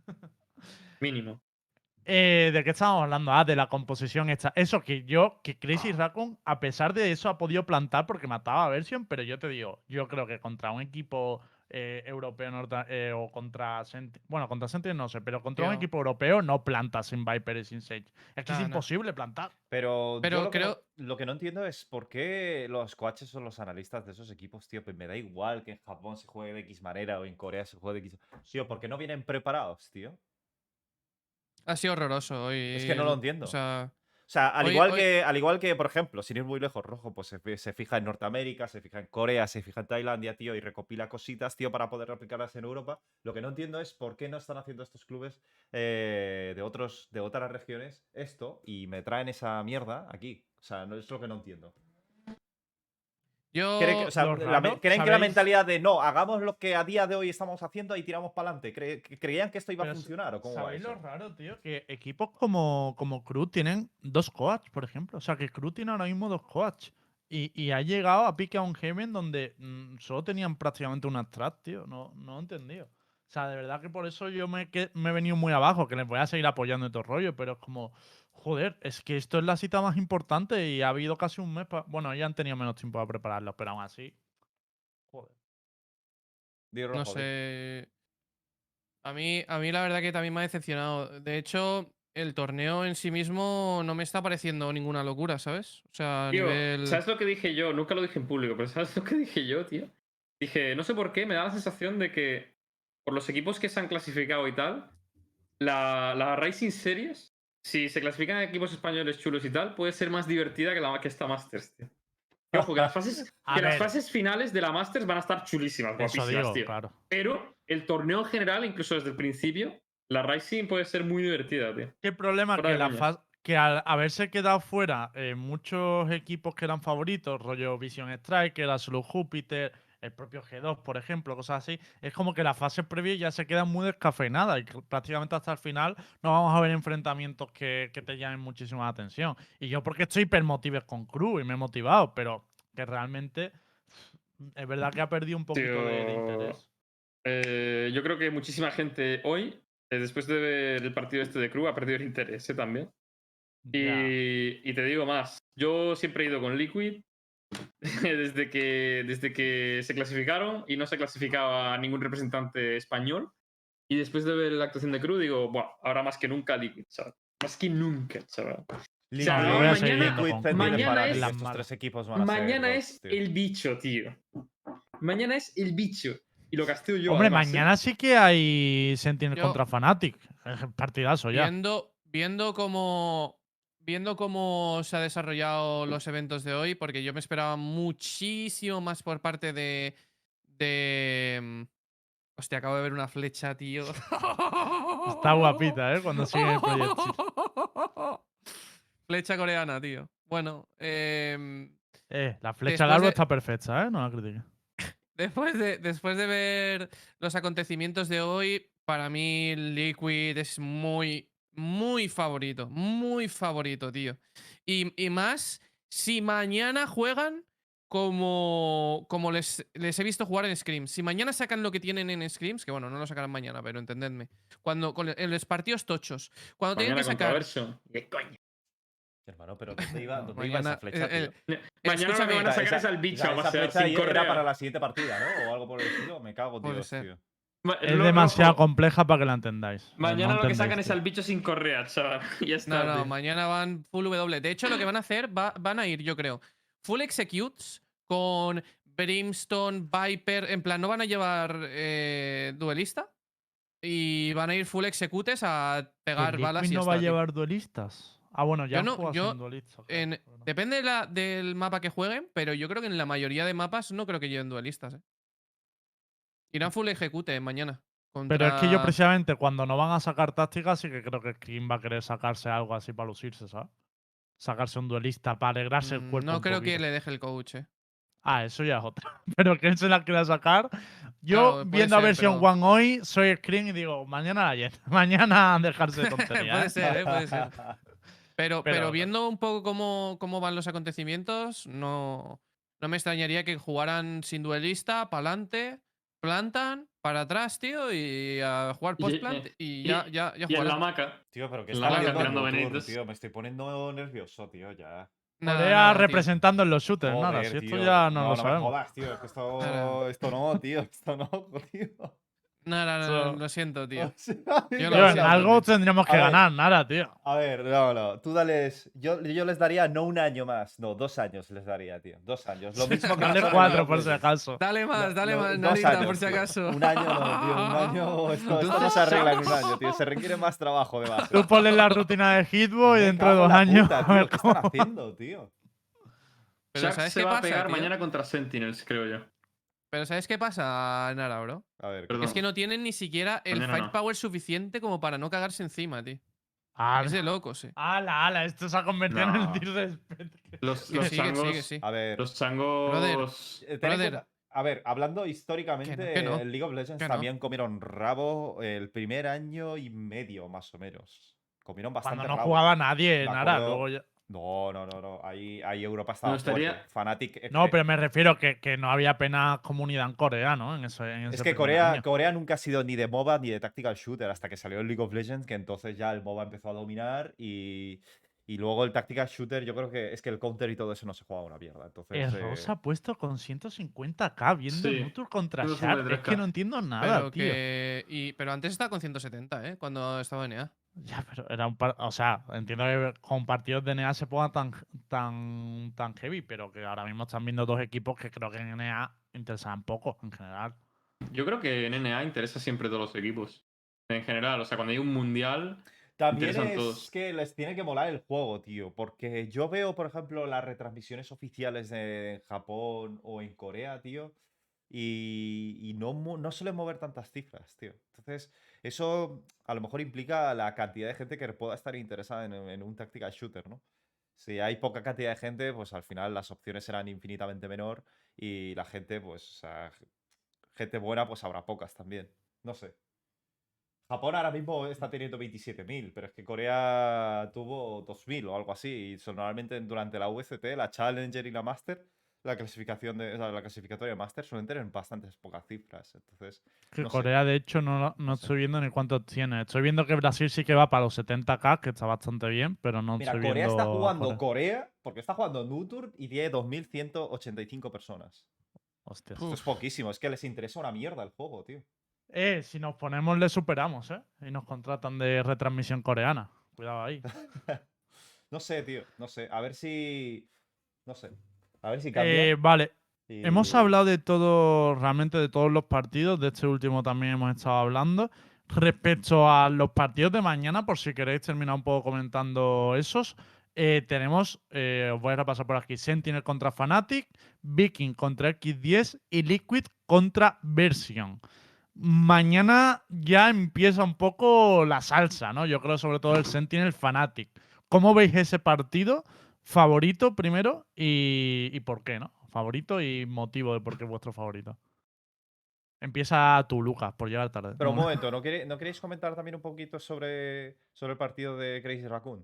Mínimo. Eh, ¿de qué estábamos hablando? Ah, de la composición esta. Eso que yo, que Crazy Raccoon, a pesar de eso, ha podido plantar porque mataba a Version, pero yo te digo, yo creo que contra un equipo eh, europeo norte- eh, o contra Sentinel. Bueno, contra Sentinel no sé, pero contra un Tío. equipo europeo no plantas sin Viper y sin Sage. Es que es No, no. imposible plantar. Pero, yo Pero lo que, no, creo- lo que no entiendo es por qué los coaches o los analistas de esos equipos, tío, pues me da igual que en Japón se juegue de X manera o en Corea se juegue de X. Tío, ¿por qué no vienen preparados, tío? Ha sido horroroso hoy. Es que no lo entiendo. O sea, O sea, al Hoy- igual, hoy- que, al igual que, por ejemplo, sin ir muy lejos, Rojo, pues se, fi- se fija en Norteamérica, se fija en Corea, se fija en Tailandia, tío, y recopila cositas, tío, para poder replicarlas en Europa. Lo que no entiendo es por qué no están haciendo estos clubes eh, de, otros, de otras regiones esto y me traen esa mierda aquí. O sea, no es lo que no entiendo. yo. Cree que- o sea, lo la me- raro, creen que la ¿sabéis? mentalidad de no, hagamos lo que a día de hoy estamos haciendo y tiramos para adelante. ¿Creían que esto iba Pero a funcionar o cómo va ¿sabéis eso? lo raro, tío? Que equipos como, como Cruz tienen dos coaches, por ejemplo. O sea, que Cruz tiene ahora mismo dos coaches. Y, y ha llegado a pique a un Heaven donde mm, solo tenían prácticamente una strat, tío. No, no he entendido. O sea, de verdad que por eso yo me, que- me he venido muy abajo, que les voy a seguir apoyando en todo rollo, pero es como, joder, es que esto es la cita más importante y ha habido casi un mes para. Bueno, ya han tenido menos tiempo para prepararlo, pero aún así. Joder. Di, No Rojo, di. sé. A mí, a mí la verdad que también me ha decepcionado. De hecho, el torneo en sí mismo no me está pareciendo ninguna locura, ¿sabes? O sea, a Tío, nivel. ¿sabes lo que dije yo? Nunca lo dije en público, pero ¿sabes lo que dije yo, tío? Dije, no sé por qué, me da la sensación de que por los equipos que se han clasificado y tal, la, la Rising Series, si se clasifican equipos españoles chulos y tal, puede ser más divertida que, la, que esta Masters, tío. Y ojo, que las fases, A que las ver. fases finales de la Masters van a estar chulísimas, Eso guapísimas, digo, tío. claro. Pero el torneo en general, incluso desde el principio, la Rising puede ser muy divertida, tío. ¿Qué problema? Fuera Que, de la coña. fa- que al haberse quedado fuera eh, muchos equipos que eran favoritos, rollo Vision Strike, la Solo Júpiter, el propio G dos, por ejemplo, cosas así, es como que las fases previas ya se quedan muy descafeinadas y que prácticamente hasta el final no vamos a ver enfrentamientos que, que te llamen muchísima atención. Y yo porque estoy hipermotive con Cruz y me he motivado, pero que realmente es verdad que ha perdido un poquito de, de Tío, interés. Eh, yo creo que muchísima gente hoy, eh, después de ver el partido este de Crew, ha perdido el interés eh, también. Ya. Y, y te digo más, yo siempre he ido con Liquid desde que, desde que se clasificaron y no se clasificaba ningún representante español. Y después de ver la actuación de Crew, digo, bueno, ahora más que nunca Liquid, chaval. Más que nunca, chaval. Liquid, sea, yo voy a seguir mañana- yendo Liquid, con Fenrir y Cruz mañana Fnatic, es- estos las tres equipos van a ser Mañana gods, es tío. el bicho, tío. Mañana es el bicho. Y lo casteo yo. Hombre, además, ¿eh? mañana sí que hay Sentinel Yo- contra Fnatic. Es partidazo ya. Viendo, viendo cómo. Viendo cómo se han desarrollado los eventos de hoy, porque yo me esperaba muchísimo más por parte de. de. mm, Hostia, acabo de ver una flecha, tío. Está guapita, ¿eh? Cuando sigue el proyectil. Flecha coreana, tío. Bueno, em, Eh, la flecha Después larga de- está perfecta, ¿eh? No la critiques. después, de, después de ver los acontecimientos de hoy, para mí Liquid es muy, muy favorito. Muy favorito, tío. Y, y más si mañana juegan como, como les, les he visto jugar en Scrims. Si mañana sacan lo que tienen en Scrims, que bueno, no lo sacarán mañana, pero entendedme. Cuando, con, en los partidos tochos. Cuando tienen Mañana que contra sacar. Verso. ¿Qué coño? Hermano, pero ¿dónde iba, No, ¿dónde iba esa mañana- flecha, el- el- tío? Mañana lo Escúchame, que van a O sea, sacar esa- es al bicho o sea, a esa pasear flecha sin era correa. para la siguiente partida, ¿no? O algo por el estilo. Me cago en Puede Dios, ser. tío. Ma- Es lo- demasiado rojo. compleja para que la entendáis. Eh, Mañana no lo que sacan entendéis, es tío. al bicho sin correa, chaval. Ya está. No, no, tío. mañana van full W. De hecho, lo que van a hacer, va- van a ir, yo creo, full executes con Brimstone, Viper. En plan, no van a llevar eh, duelista. Y van a ir full executes a ¿Que pegar Liquid balas y ya no va a está, tío. llevar duelistas? Ah, bueno, ya Yo han no- jugado yo sin duelistas. claro, En- pero no. depende de la- del mapa que jueguen, pero yo creo que en la mayoría de mapas no creo que lleven duelistas. ¿eh? Irán full ejecute mañana. Pero es que yo contra- precisamente cuando no van a sacar tácticas sí que creo que Scream va a querer sacarse algo así para lucirse, ¿sabes? Sacarse un duelista para alegrarse el Mm, cuerpo No un creo que poquito. le deje el coach, eh. Ah, eso ya es otra. Pero que él se la quiera sacar. Yo, Claro, puede viendo a ser, versión pero- One hoy, soy Screen y digo, mañana la llena. Mañana dejarse de tonterías. Puede ¿eh? ser, eh, puede ser. Pero, pero, Pero- viendo un poco cómo, cómo van los acontecimientos, no, no me extrañaría que jugaran sin duelista, para adelante, plantan, para atrás, tío, y a jugar Y- post-plant eh, y y- ya, ya, ya Y en la jugarán. maca. Tío, pero que La está vaca haciendo tirando Arbutur, Benítez. tío. Me estoy poniendo nervioso, tío, ya. Nada, Corea nada, tío. representando en los shooters, nada. Joder, Si esto tío. ya no, no, lo no sabemos. me jodas, tío. Es que esto, Nada. esto no, tío. Esto no, tío. Nada, no, Eso- no, lo siento, tío. O sea, Yo es lo que, Tío, a en ver, siento, algo tío. tendríamos que A ver. ganar, nada, tío. A ver, no, no. Tú dales. Yo, yo les daría no un año más. No, dos años les daría, tío. Dos años. Lo mismo que Dale pasó con cuatro League por of si Legends. acaso. Dale más, No, dale no, más, dos Narita, años, por si tío. acaso. Un año no, tío. Un año. Esto, esto no se arregla en un año, tío. Se requiere más trabajo de base. Tú ponle la rutina de Hitbox y Me dentro de cago en dos la años. puta, a tío. ver ¿Qué están cómo- haciendo, tío? Pero Shaq ¿sabes se qué va a pasa, pegar tío? mañana contra Sentinels, creo yo. Pero ¿sabes qué pasa, Nara, bro? A ver, Perdón. Es que no tienen ni siquiera el Mañana fight no. power suficiente como para no cagarse encima, tío. Ala, Es de locos, eh. ala, ala, esto se ha convertido en el No. disrespect. Los, Que los sí, que changos. sí, que sí. a ver. Los changos. Eh, ten en Brother. cuenta- a ver, hablando históricamente, Que no, que no, el League of Legends que no. también comieron rabo el primer año y medio, más o menos. Comieron bastante Cuando no rabo. jugaba nadie, Me nada. acuerdo- Luego ya- No, no, no, no. Ahí, ahí Europa estaba No, estaría- fuerte. Fnatic. eh, No, eh, pero me refiero que, que no había apenas comunidad en Corea, ¿no? En ese, en Es ese que primer Corea, año. Corea nunca ha sido ni de MOBA ni de Tactical Shooter hasta que salió el League of Legends, que entonces ya el MOBA empezó a dominar y, y luego el Tactical Shooter, yo creo que es que el counter y todo eso no se jugaba una mierda. Entonces, El eh, Rosa ha puesto con ciento cincuenta k viendo Sí, Nutur contra ciento Sharp. cincuenta y Es tres que K. no entiendo nada, Pero tío. que. Y, pero antes estaba con ciento setenta, ¿eh? Cuando estaba en E A. Ya, pero era un par... O sea, entiendo que con partidos de N A se ponga tan, tan, tan heavy, pero que ahora mismo están viendo dos equipos que creo que en N A interesan poco, en general. Yo creo que en N A interesa siempre todos los equipos. En general, o sea, cuando hay un mundial. También Interesan es todos. que les tiene que molar el juego, tío. Porque yo veo, por ejemplo, las retransmisiones oficiales de Japón o en Corea, tío. Y, y no, mu- no suelen mover tantas cifras, tío. Entonces, eso a lo mejor implica la cantidad de gente que pueda estar interesada en, en un tactical shooter, ¿no? Si hay poca cantidad de gente, pues al final las opciones serán infinitamente menor. Y la gente, pues, o sea, gente buena, pues habrá pocas también. No sé. Japón ahora mismo está teniendo veintisiete mil, pero es que Corea tuvo dos mil o algo así. Y son normalmente durante la U S T, la Challenger y la Master, la clasificación de, o sea, la clasificatoria de Master suelen tener bastantes pocas cifras. Entonces, Que no sé. Corea, de hecho, no, no no sé. estoy viendo ni cuántos tiene. Estoy viendo que Brasil sí que va para los setenta k, que está bastante bien, pero no Mira, estoy Corea viendo. está jugando Corea. Corea porque está jugando Nutur y tiene dos mil ciento ochenta y cinco personas. Hostia. Esto es poquísimo, es que les interesa una mierda el juego, tío. Eh, si nos ponemos, le superamos, ¿eh? Y nos contratan de retransmisión coreana. Cuidado ahí. No sé, tío, no sé. A ver si. No sé. A ver si cambia. Eh, vale. y- Hemos hablado de todo, realmente de todos los partidos. De este último también hemos estado hablando. Respecto a los partidos de mañana, por si queréis terminar un poco comentando esos, eh, tenemos, eh, os voy a repasar por aquí, Sentinel contra Fnatic, Viking contra equis diez y Liquid contra Version. Mañana ya empieza un poco la salsa, ¿no? Yo creo sobre todo el Sentinel Fnatic. ¿Cómo veis ese partido? Favorito primero y, y por qué, ¿no? Favorito y motivo de por qué es vuestro favorito. Empieza tú, Lucas, por llegar tarde. Pero un No, momento, ¿no, queréis, ¿no queréis comentar también un poquito sobre, sobre el partido de Crazy Raccoon?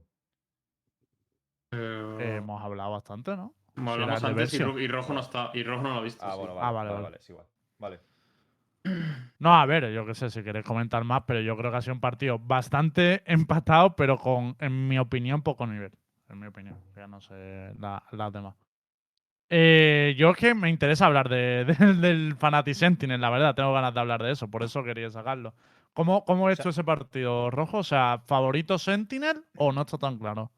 Eh, eh, hemos hablado bastante, ¿no? como será hablamos el de antes y, Versio. Ro- y Rojo no está. Y Rojo no lo ha visto. Ah, sí. bueno, Ah, vale, vale, vale, vale. vale, es igual. Vale. No, a ver, yo qué sé, si queréis comentar más, pero yo creo que ha sido un partido bastante empatado, pero con, en mi opinión, poco nivel. En mi opinión, ya no sé la- las demás. Eh, yo es que me interesa hablar de, de- del Fnatic Sentinel, la verdad, tengo ganas de hablar de eso, por eso quería sacarlo. ¿Cómo, cómo he sea- hecho ese partido, Rojo? O sea, ¿favorito Sentinel o no está tan claro?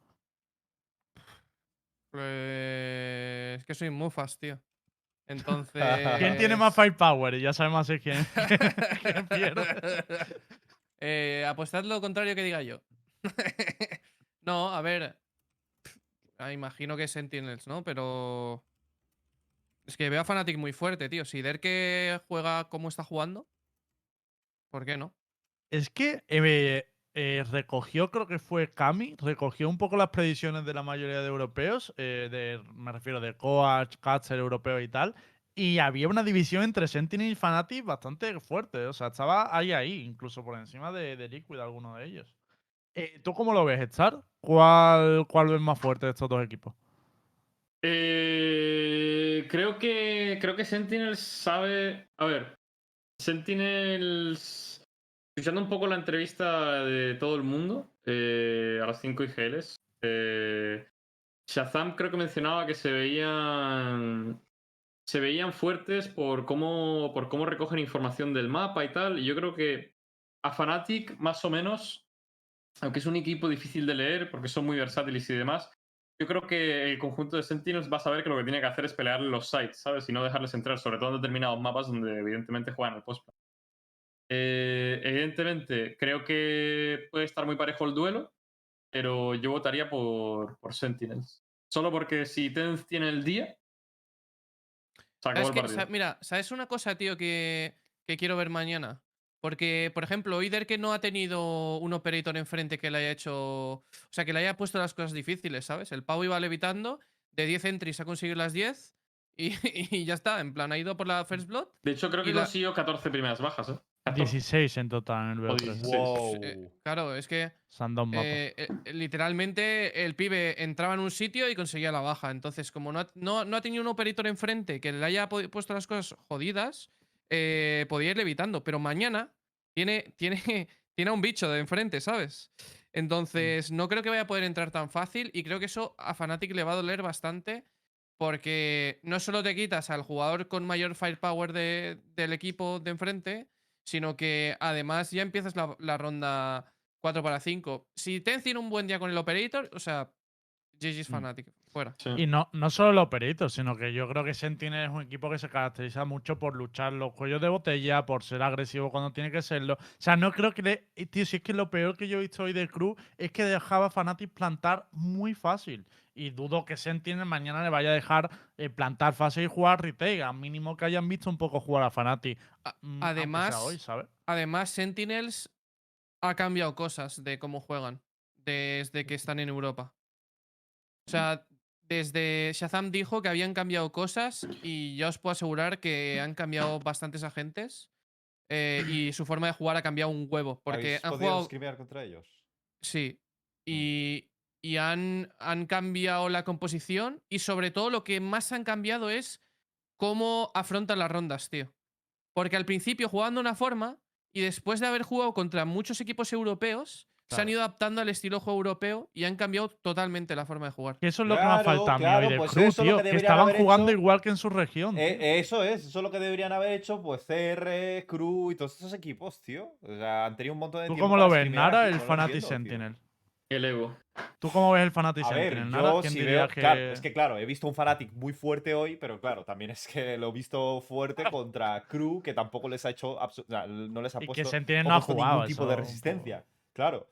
Pues. Es que soy Mufas, tío. Entonces. ¿Quién tiene más firepower? Y ya sabemos así quién, quién pierde. Eh, apostad lo contrario que diga yo. No, a ver. Ah, imagino que es Sentinels, ¿no? Pero. Es que veo a Fnatic muy fuerte, tío. Si Derke juega como está jugando, ¿por qué no? Es que eh, eh, recogió, creo que fue Kami, recogió un poco las predicciones de la mayoría de europeos, eh, de, me refiero de Coach, Catcher europeo y tal, y había una división entre Sentinel y Fnatic bastante fuerte, o sea, estaba ahí, ahí, incluso por encima de, de Liquid, alguno de ellos. Eh, ¿Tú cómo lo ves, Star? ¿Cuál, cuál ves más fuerte de estos dos equipos? Eh, creo que. Creo que Sentinels sabe. A ver. Sentinels. Escuchando un poco la entrevista de todo el mundo. eh, a las cinco I G Ls. eh, Shazam creo que mencionaba que se veían. Se veían fuertes por cómo, por cómo recogen información del mapa y tal. Y yo creo que a Fnatic, más o menos, aunque es un equipo difícil de leer porque son muy versátiles y demás, yo creo que el conjunto de Sentinels va a saber que lo que tiene que hacer es pelearle los sites, ¿sabes? Y no dejarles entrar, sobre todo en determinados mapas donde evidentemente juegan al post. Eh, evidentemente, creo que puede estar muy parejo el duelo, pero yo votaría por, por Sentinels. Solo porque si Tenz tiene el día, se acabó ¿Sabes el qué? partido. Sa- Mira, ¿sabes una cosa, tío, que, que quiero ver mañana? Porque, por ejemplo, Oider que no ha tenido un operator enfrente que le haya hecho. O sea, que le haya puesto las cosas difíciles, ¿sabes? El pavo iba levitando, de diez entries ha conseguido las diez y, y ya está. En plan, ha ido por la First Blood. De hecho, creo Y que la- consiguió catorce primeras bajas, ¿eh? catorce. dieciséis en total en el B O O tres. dieciséis. Wow. eh, claro, es que. Son dos mapas. Eh, eh, literalmente el pibe entraba en un sitio y conseguía la baja. Entonces, como no ha, no, no ha tenido un operator enfrente que le haya pu- puesto las cosas jodidas, eh, podía ir evitando. Pero mañana tiene, tiene, tiene a un bicho de enfrente, ¿sabes? Entonces, no creo que vaya a poder entrar tan fácil y creo que eso a Fnatic le va a doler bastante porque no solo te quitas al jugador con mayor firepower de- del equipo de enfrente, sino que además ya empiezas la, la ronda cuatro para cinco. Si Tenz tiene un buen día con el Operator, o sea, G G's Mm. Fnatic, fuera. Sí. Y no, no solo los peritos, sino que yo creo que Sentinel es un equipo que se caracteriza mucho por luchar los cuellos de botella, por ser agresivo cuando tiene que serlo. O sea, no creo que. Le, y, tío, si es que lo peor que yo he visto hoy de Cruz es que dejaba a Fnatic plantar muy fácil. Y dudo que Sentinel mañana le vaya a dejar eh, plantar fácil y jugar retake. Al mínimo que hayan visto un poco jugar a Fnatic. A- mm, aunque sea además, hoy, ¿sabes? además, Sentinels ha cambiado cosas de cómo juegan desde que están en Europa. O sea, desde Shazam dijo que habían cambiado cosas y ya os puedo asegurar que han cambiado bastantes agentes eh, y su forma de jugar ha cambiado un huevo. Porque ¿Habéis han podido jugado. scrimear contra ellos? Sí. Mm. Y, y han, han cambiado la composición y sobre todo lo que más han cambiado es cómo afrontan las rondas, tío. Porque al principio jugaban de una forma y después de haber jugado contra muchos equipos europeos, se han Claro. ido adaptando al estilo de juego europeo y han cambiado totalmente la forma de jugar. Que eso es lo que me ha Claro, faltado a mí claro, hoy de pues Cruz, eso es lo tío. que Que, deberían estaban haber jugando hecho. igual que en su región. Eh, tío. eso es, eso es lo que deberían haber hecho, pues C R, Crew y todos esos equipos, tío. O sea, han tenido un montón de ¿Tú tiempo cómo para lo ves, scrimear Nara, aquí, el no lo Fnatic entiendo, tío. Sentinel? El ego. ¿Tú cómo ves el Fnatic A ver, Sentinel, Nara? yo ¿Quién si diría veo. que.? Claro, es que claro, he visto un Fnatic muy fuerte hoy, pero claro, también es que lo he visto fuerte contra Crew, que tampoco les ha hecho. abso- o sea, no les ha Y que puesto, Sentinel o no ha puesto jugado, ningún tipo eso de un poco. resistencia. Claro.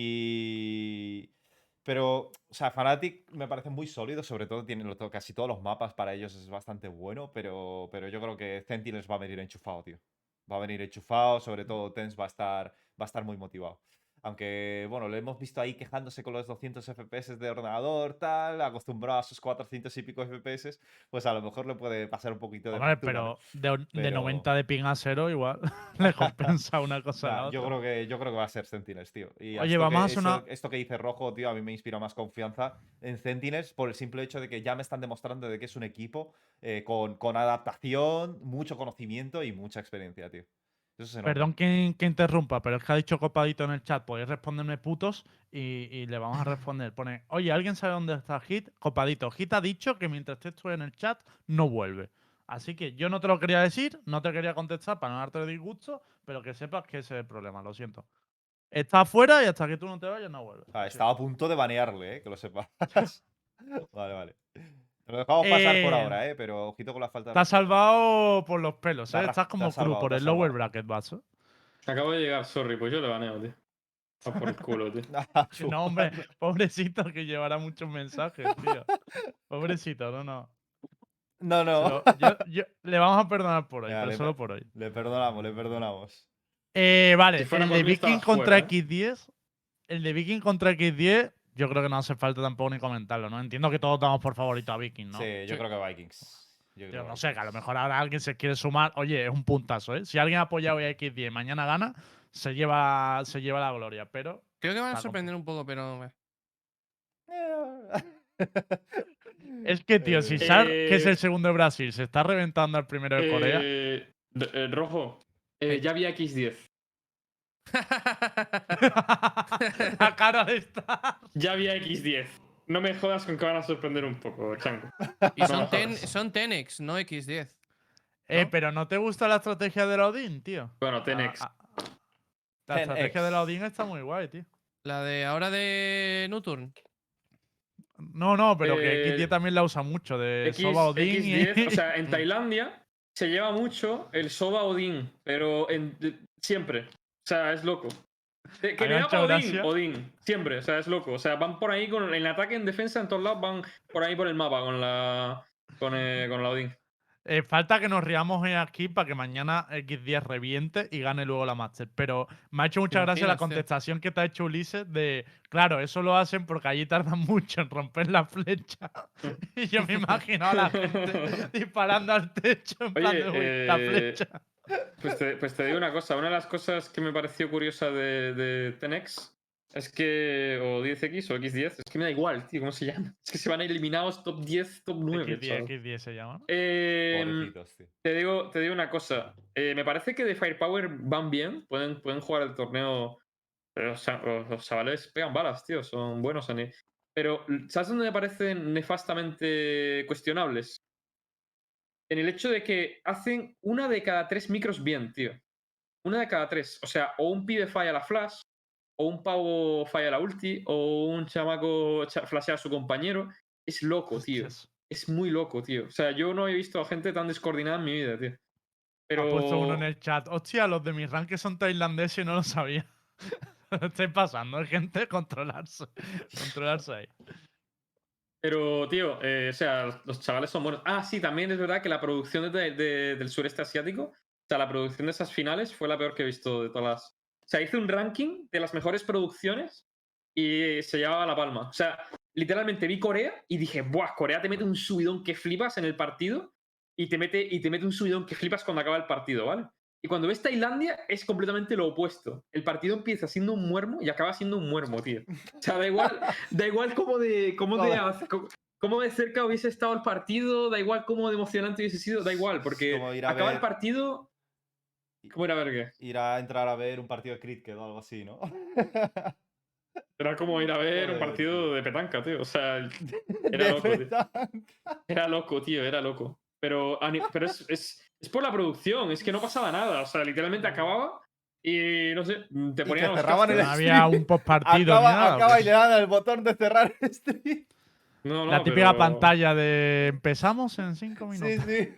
Y. Pero, o sea, Fnatic me parece muy sólido, sobre todo tienen lo- casi todos los mapas para ellos es bastante bueno, pero, pero yo creo que Sentinels va a venir enchufado, tío. Va a venir enchufado, sobre todo Tens va a estar, va a estar muy motivado. Aunque, bueno, lo hemos visto ahí quejándose con los doscientos F P S de ordenador, tal, acostumbrado a sus cuatrocientos y pico F P S, pues a lo mejor le puede pasar un poquito de Hombre, factura, ¿no? pero de, de Pero- noventa de ping a cero igual le compensa una cosa a Nah, la yo otra. creo que yo creo que va a ser Sentinels, tío. Y Oye, esto vamos a que, hacer eso- una- esto que dice Rojo, tío, a mí me inspira más confianza en Sentinels por el simple hecho de que ya me están demostrando de que es un equipo eh, con, con adaptación, mucho conocimiento y mucha experiencia, tío. Eso se nota. Perdón que, que interrumpa, pero es que ha dicho Copadito en el chat, podéis responderme putos y, y le vamos a responder. Pone, oye, ¿alguien sabe dónde está Hit? Copadito, Hit ha dicho que mientras estés tú en el chat no vuelve. Así que yo no te lo quería decir, no te quería contestar para no darte disgusto, pero que sepas que ese es el problema, lo siento. Está afuera y hasta que tú no te vayas no vuelve. Ah, Lo estaba a siento. punto de banearle, eh, que lo sepas. Vale, vale. Lo dejamos pasar por Eh, ahora, eh, pero ojito con la falta de Te has respeto. salvado por los pelos, Te has ¿eh? ra- Estás te como has Cruz salvado, por te has el lower salvado. bracket, vaso. Acabo de llegar, sorry, pues yo le baneo, tío. Va por el culo, tío. Ah, No, hombre, chupando. pobrecito que llevará muchos mensajes, tío. Pobrecito, no, no. No, Se no. lo- yo- yo- le vamos a perdonar por hoy, Venga, pero le, solo per- por hoy. le perdonamos, le perdonamos. Eh, vale, Si fuera el por de mí, estaba Viking contra fuera, ¿eh? equis diez. El de Viking contra equis diez, yo creo que no hace falta tampoco ni comentarlo, ¿no? Entiendo que todos damos por favorito a Viking, ¿no? Sí, yo Sí. creo que Vikings. Yo Yo creo no sé, que a lo Vikings. mejor ahora alguien se quiere sumar. Oye, es un puntazo, ¿eh? Si alguien ha apoyado hoy a equis diez y mañana gana, se lleva, se lleva la gloria, pero. Creo que van a Está sorprender un poco, pero. eh. Es que, tío, si Eh, Sar, que es Eh, el segundo de Brasil, se está reventando al primero de Corea. Eh, d- eh, Rojo, eh, ya vi a equis diez. La cara de estar. Ya vi a equis diez. no me jodas con que van a sorprender un poco, Chanco. Y son, No ten, jodas. son ten equis, no equis diez. Eh, ¿no? pero ¿no te gusta la estrategia de la Odin, tío? Bueno, ten Ah, equis. ah, La estrategia de la Odin está muy guay, tío. La de ahora de Nuturn. No, no, pero que Eh, X diez también la usa mucho, de X, Soba Odin y... X diez, o sea, en Mm. Tailandia se lleva mucho el Soba Odin, pero en, de- siempre. O sea, es loco. De- que A mí me me ha da hecho Odin, gracia. Odin, siempre, o sea, es loco. O sea, van por ahí con en ataque, en defensa, en todos lados, van por ahí por el mapa con la con, eh, con la Odin. Eh, falta que nos riamos hoy aquí para que mañana X diez reviente y gane luego la Master. Pero me ha hecho mucha gracia la imaginas, tío? contestación que te ha hecho Ulises de, claro, eso lo hacen porque allí tardan mucho en romper la flecha. Y yo me imagino a la gente disparando al techo en plan Oye, de, uy, la eh, flecha. Pues te, pues te digo una cosa, una de las cosas que me pareció curiosa de, de ten equis es que, o diez equis o equis diez, es que me da igual, tío, ¿cómo se llama? Es que se van eliminados top diez, top nueve, X diez, chaval. X diez se llama, ¿no? Eh, Pobrecitos, tío. te, digo, te digo una cosa, eh, me parece que de Firepower van bien, pueden, pueden jugar el torneo, pero o sea, los, los chavales pegan balas, tío, son buenos en él. Pero, ¿sabes dónde me parecen nefastamente cuestionables? En el hecho de que hacen una de cada tres micros bien, tío. Una de cada tres. O sea, o un pibe falla la flash, o un pavo falla la ulti, o un chamaco cha- flashea a su compañero. Es loco, tío. Hostias. Es muy loco, tío. O sea, yo no he visto a gente tan descoordinada en mi vida, tío. Pero. Ha puesto uno en el chat. Hostia, los de mi rank son tailandeses y no lo sabía. Lo estoy pasando, gente, controlarse. Controlarse ahí. Pero, tío, eh, o sea, los chavales son buenos. Ah, sí, también es verdad que la producción de- de- del sureste asiático, o sea, la producción de esas finales fue la peor que he visto de todas las. O sea, hice un ranking de las mejores producciones y se llevaba la palma. O sea, literalmente vi Corea y dije, ¡buah! Corea te mete un subidón que flipas en el partido y te mete, y te mete un subidón que flipas cuando acaba el partido, ¿vale? Y cuando ves Tailandia es completamente lo opuesto. El partido empieza siendo un muermo y acaba siendo un muermo, tío. O sea, da igual, da igual cómo de, cómo de, cómo- cómo de cerca hubiese estado el partido, da igual cómo de emocionante hubiese sido, da igual, porque Como ir a acaba ver- el partido. ¿Cómo era ver qué? Ir a entrar a ver un partido de cricket o algo así, ¿no? Era como ir a ver un Joder, partido tío. de petanca, tío. O sea, era De loco, tío. petanca. Era loco, tío, era loco. Pero, a ni- pero es, es, es por la producción, es que no pasaba nada. O sea, literalmente acababa y no sé, te Y ponían que los cerraban el No cascos. había un postpartido ni Acaba, nada. ¿o acaba qué? y le dan el botón de cerrar el stream. No, no, La típica pero- pantalla de empezamos en cinco Sí, minutos. sí.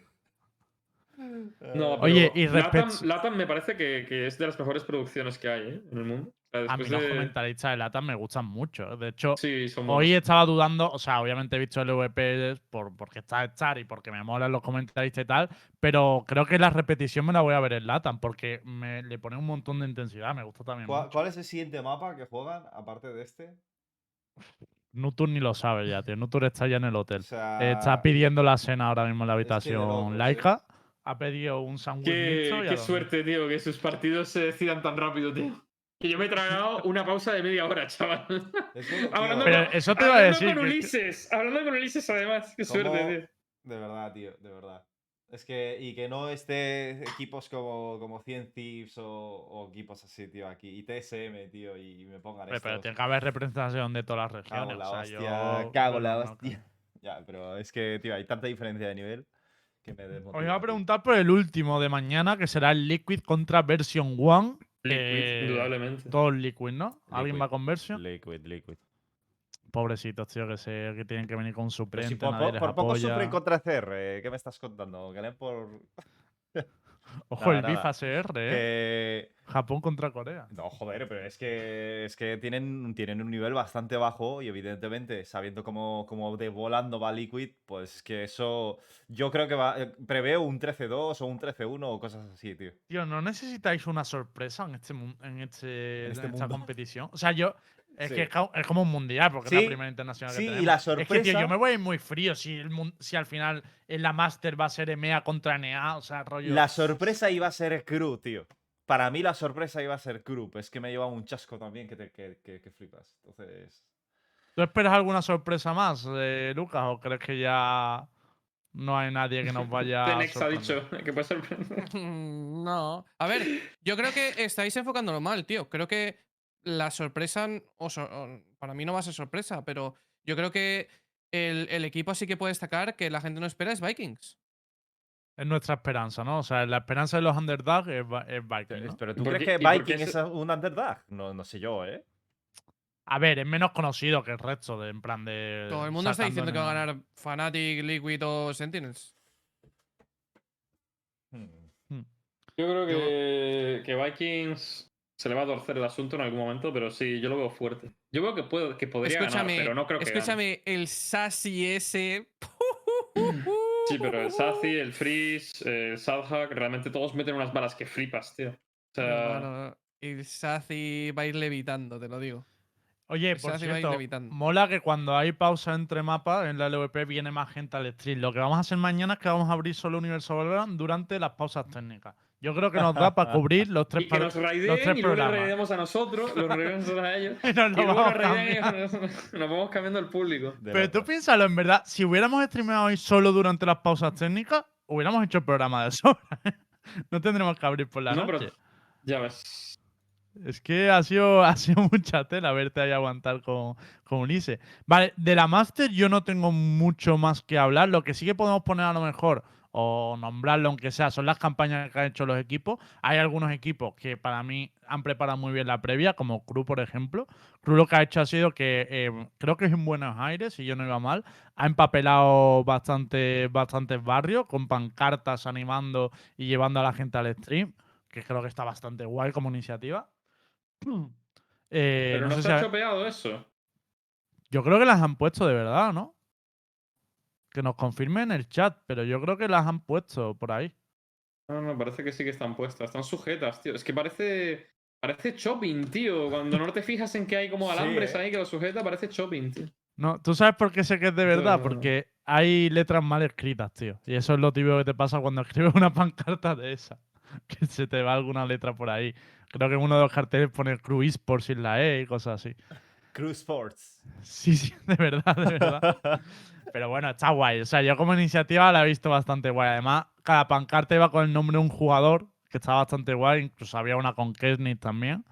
No, Eh, pero Oye, y Latam, respecto- Latam me parece que, que es de las mejores producciones que hay, ¿eh? En el mundo. O sea, A mí después los de- comentaristas de LATAM me gustan mucho. De hecho, Sí, son hoy buenos. estaba dudando, o sea, obviamente he visto el V P por, porque está Star y porque me molan los comentaristas y tal, pero creo que la repetición me la voy a ver en LATAM porque me, le pone un montón de intensidad, me gusta también ¿Cuál, mucho. cuál es el siguiente mapa que juegan, aparte de este? Nutur ni lo sabe ya, tío. Nutur está ya en el hotel. O sea, Eh, está pidiendo la cena ahora mismo en la es que de habitación locos, laica. Ha pedido un sándwich mixto Qué, y a qué dormir. suerte, tío, que sus partidos se decidan tan rápido, tío. Que yo me he tragado una pausa de media hora, chaval. Es que, tío, hablando Pero con, eso te iba a hablando decir. con que- Ulises. Hablando con Ulises, además. Qué suerte, ¿cómo- tío. De verdad, tío, de verdad. Es que, y que no esté equipos como, como cien Thieves o, o equipos así, tío, aquí. Y T S M, tío, y me pongan Hombre, pero estos. tiene que haber representación de todas las Cago regiones. en la o sea, hostia, yo- cago yo en la no- no hostia. creo. Ya, pero es que, tío, hay tanta diferencia de nivel que me desmotiva. Os iba a tío. preguntar por el último de mañana, que será el Liquid contra Version One. Liquid, Eh, indudablemente. Todo el Liquid, ¿no? ¿Alguien Liquid, va con Version? Liquid, Liquid. Pobrecitos, tío, que, se, que tienen que venir con un Pero suplente, si por, nadie por- les por poco apoya. sufren contra C R, ¿qué me estás contando? Que leen por. Ojo, Nada, el B I F nada. A C R, ¿eh? Que. Japón contra Corea. No, joder, pero es que, es que tienen, tienen un nivel bastante bajo y evidentemente, sabiendo cómo, cómo de volando va Liquid, pues que eso, yo creo que va, eh, preveo un trece dos o un trece uno o cosas así, tío. Tío, ¿no necesitáis una sorpresa en, este, mun- en, este, En este en esta mundo. competición? O sea, yo. Es Sí. que es ca- es como un mundial, porque es Sí, la primera internacional sí, que y tenemos. la Es que, tío, sorpresa- yo me voy a ir muy frío si, el mun- si al final en la Master va a ser E M E A contra N A. O sea, rollo. La sorpresa iba a ser Crew, tío. Para mí la sorpresa iba a ser Crew, es que me lleva un chasco también que, te, que, que, que flipas. Entonces... ¿Tú esperas alguna sorpresa más, eh, Lucas? ¿O crees que ya no hay nadie que nos vaya a Tenex ha sorprender? dicho que puede sorprender. No. A ver, yo creo que estáis enfocándolo mal, tío. Creo que la sorpresa, o so- o- para mí no va a ser sorpresa, pero Yo creo que el, el equipo sí que puede destacar que la gente no espera es Vikings. Es nuestra esperanza, ¿no? O sea, la esperanza de los underdogs es, Va- es Te- Vikings, ¿no? Pero ¿Y ¿tú por crees qué- que y por qué Viking es ese- un underdog? No, no sé yo, ¿eh? A ver, es menos conocido que el resto, de, en plan de. Todo el mundo está sacando diciendo que va a en- ganar Fnatic, Liquid o Sentinels. Hmm. Hmm. Yo creo Yo- que, que Vikings se le va a torcer el asunto en algún momento, pero sí, yo lo veo fuerte. Yo creo que, puede, que podría ganar, Escúchame, pero no creo que gane. escúchame, el Sassy ese. Sí, pero el Sazi, el Freeze, el Sadhack, realmente todos meten unas balas que flipas, tío. O sea, Hermano, el Sassy va a ir levitando, te lo digo. Oye, El por Sassy va a ir cierto, levitando. mola que cuando hay pausa entre mapas en la L V P viene más gente al stream. Lo que vamos a hacer mañana es que vamos a abrir solo Universo Valorant durante las pausas técnicas. Yo creo que nos da para cubrir los tres, y que par- nos los raideen tres y luego les programas. raidemos a nosotros, los raidemos a ellos. Y nos Y lo luego vamos nos raiden y cambiando. nos, nos vamos cambiando el público. De Pero tú locos. piénsalo, en verdad, si hubiéramos streameado hoy solo durante las pausas técnicas, hubiéramos hecho el programa de sobra. No tendremos que abrir por la No, noche. pero ya ves. Es que ha sido, ha sido mucha tela verte ahí aguantar con, con Ulises. Vale, de la Master yo no tengo mucho más que hablar. Lo que sí que podemos poner a lo mejor, o nombrarlo aunque sea, son las campañas que han hecho los equipos. Hay algunos equipos que para mí han preparado muy bien la previa, como Crew, por ejemplo. Crew lo que ha hecho ha sido que, eh, creo que es en Buenos Aires, si yo no iba mal, ha empapelado bastante, bastantes barrios con pancartas animando y llevando a la gente al stream, que creo que está bastante guay como iniciativa. Eh, Pero no no sé se si ha ha- chopeado eso. Yo creo que las han puesto de verdad, ¿no? Que nos confirmen en el chat, pero yo creo que las han puesto por ahí. No, no, parece que sí que están puestas. Están sujetas, tío. Es que parece. Parece chopping, tío. Cuando no te fijas en que hay como Sí, alambres ¿eh? ahí que lo sujeta, parece chopping, tío. No, ¿tú sabes por qué sé que es de verdad? Esto- Porque hay letras mal escritas, tío. Y eso es lo típico que te pasa cuando escribes una pancarta de esa. Que se te va alguna letra por ahí. Creo que en uno de los carteles pone Cruise por sin la E y cosas así. Crew Sports. Sí, sí, de verdad, de verdad. Pero bueno, está guay. O sea, yo como iniciativa la he visto bastante guay. Además, cada pancarta iba con el nombre de un jugador, que estaba bastante guay. Incluso había una con Kesnit también.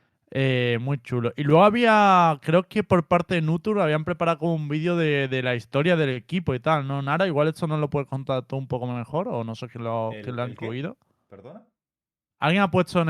Eh, muy chulo. Y luego había, creo que por parte de Nutur habían preparado como un vídeo de, de la historia del equipo y tal, ¿no? Nara, igual esto nos lo puedes contar tú un poco mejor, o no sé quién lo, quién ¿El, lo ha el qué? incluido. ¿Perdona? Alguien ha puesto en,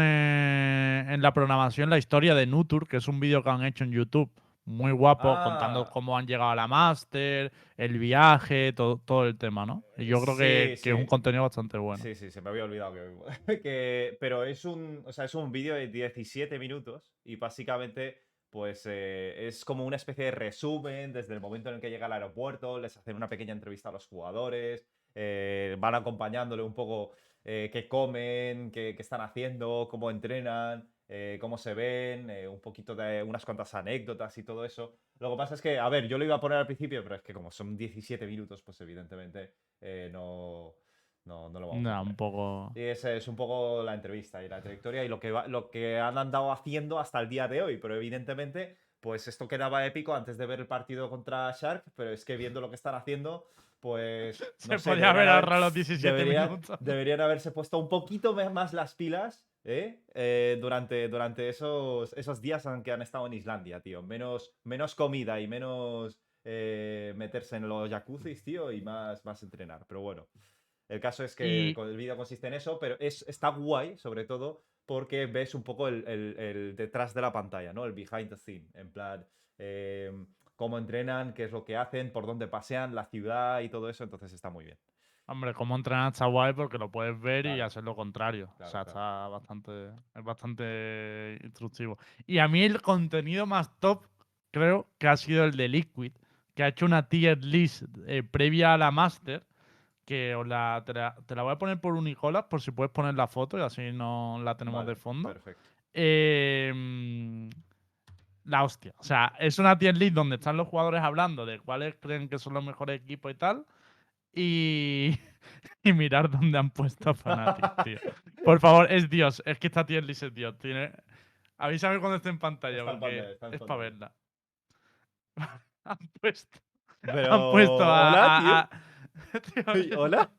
eh, en la programación la historia de Nutur, que es un vídeo que han hecho en YouTube. Muy guapo, contando Ah, cómo han llegado a la Master, el viaje, todo, todo el tema, ¿no? Y yo creo sí, que, que es un sí. contenido bastante bueno. Sí, sí, se me había olvidado que, que- pero es un, o sea, es un vídeo de diecisiete minutos y básicamente pues eh, es como una especie de resumen desde el momento en el que llega al aeropuerto, les hacen una pequeña entrevista a los jugadores, eh, van acompañándole un poco eh, qué comen, qué, qué están haciendo, cómo entrenan, eh, cómo se ven, eh, un poquito de unas cuantas anécdotas y todo eso. Lo que pasa es que, a ver, yo lo iba a poner al principio, pero es que como son diecisiete minutos, pues evidentemente eh, no... No, no lo vamos a Nah, poner. un poco. Y esa es un poco la entrevista y la trayectoria y lo que, va- lo que han andado haciendo hasta el día de hoy. Pero evidentemente, pues esto quedaba épico antes de ver el partido contra Shark. Pero es que viendo lo que están haciendo, pues. Se No sé, podía haber deberían haber- ahorrado los diecisiete deberían, minutos. deberían haberse puesto un poquito me- más las pilas ¿eh? Eh, durante, durante esos, esos días en que han estado en Islandia, tío. Menos, menos comida y menos eh, meterse en los jacuzzis, tío, y más, más entrenar. Pero bueno. El caso es que Y, con- el vídeo consiste en eso, pero es, está guay, sobre todo, porque ves un poco el, el- el detrás de la pantalla, ¿no? El behind the scene. En plan, eh, cómo entrenan, qué es lo que hacen, por dónde pasean, la ciudad y todo eso. Entonces está muy bien. hombre, como entrenar está guay porque lo puedes ver y Claro. hacer lo contrario. O Claro, sea, claro. está bastante, es bastante instructivo. Y a mí el contenido más top creo que ha sido el de Liquid, que ha hecho una tier list eh, previa a la Master, que os la, te, la, te la voy a poner por Unicolas, por si puedes poner la foto y así no la tenemos Vale, de fondo. perfecto. Eh, mm, la hostia. O sea, es una tier list donde están los jugadores hablando de cuáles creen que son los mejores equipos y tal. Y, y mirar dónde han puesto a Fnatic, tío. Por favor, es Dios. Es que esta tier list es Dios. Tiene... Avísame cuando esté en pantalla, Está en porque pantalla, está en es para pantalla. verla. han puesto. Pero. Han puesto a. Hola, a- tío. a- Tío, Uy, Hola.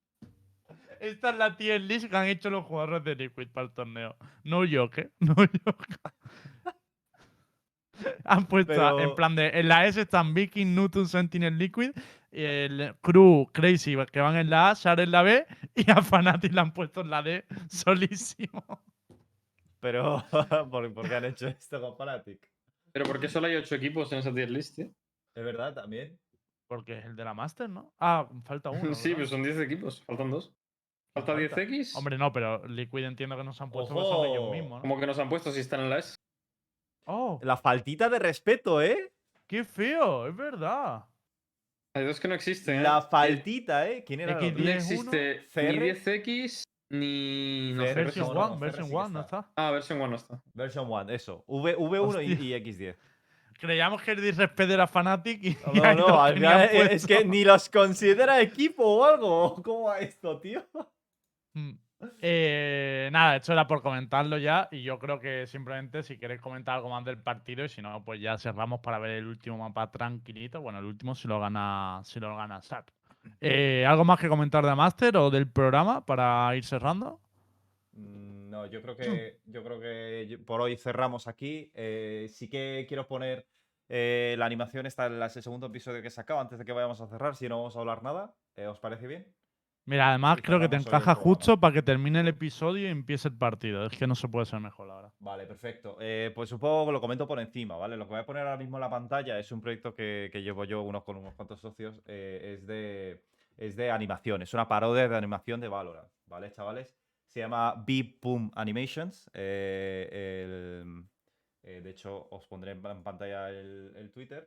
esta es la tier list que han hecho los jugadores de Liquid para el torneo. No yo, ¿qué? No yo. Han puesto Pero- en plan de. En la S están Viking, Newton, Sentinel, Liquid. Y el Crew, Crazy, que van en la A, Shar en la B. Y a Fnatic le han puesto en la D solísimo. Pero, ¿por, por qué han hecho esto con Fnatic? Pero ¿por qué solo hay ocho equipos en esa tier list, tío? ¿Es verdad también? Porque es el de la Master, ¿no? Ah, falta uno. sí, ¿verdad? pero son diez equipos, faltan dos. Falta falta? diez equis. Hombre, no, pero Liquid entiendo que no se han puesto porque son ellos ¡Ojo! mismos, ¿no? ¿Cómo que nos han puesto si están en la S? ¡Oh! La faltita de respeto, ¿eh? ¡Qué feo! Es verdad. Hay dos que no existen, ¿eh? La Eh, faltita, ¿eh? ¿Quién era el X otro? No diez. existe C ni R. diez equis ni. No, C R, C R Version no, sí. no, uno, no, Version C R sí que uno, no está. está. Ah, versión uno no está. Version uno, eso. V, V1 y, Hostia. y equis diez. Creíamos que el disrespect era Fnatic y. y No, hay no, dos al que ni final han es, es que puesto. ni los considera equipo o algo. ¿Cómo va esto, tío? Mm. Eh, nada, esto era por comentarlo ya. Y yo creo que simplemente si queréis comentar algo más del partido, y si no, pues ya cerramos para ver el último mapa tranquilito. Bueno, el último si lo gana, si lo gana Sap. Eh, ¿Algo más que comentar de Master o del programa para ir cerrando? Mm, No, yo creo que, yo creo que yo- por hoy cerramos aquí. Eh, sí que quiero poner eh, la animación esta en el segundo episodio que he sacado antes de que vayamos a cerrar, si no vamos a hablar nada. Eh, ¿Os parece bien? Mira, además Y creo que te cerramos hoy el encaja programa. justo para que termine el episodio y empiece el partido. Es que no se puede ser mejor ahora. Vale, perfecto. Eh, pues supongo que lo comento por encima, ¿vale? Lo que voy a poner ahora mismo en la pantalla es un proyecto que, que llevo yo unos, con unos cuantos socios. eh, es, de, es de animación, es una parodia de animación de Valorant, ¿vale, chavales? Se llama Beep Boom Animations. eh, el- eh, de hecho, os pondré en en pantalla el, el Twitter.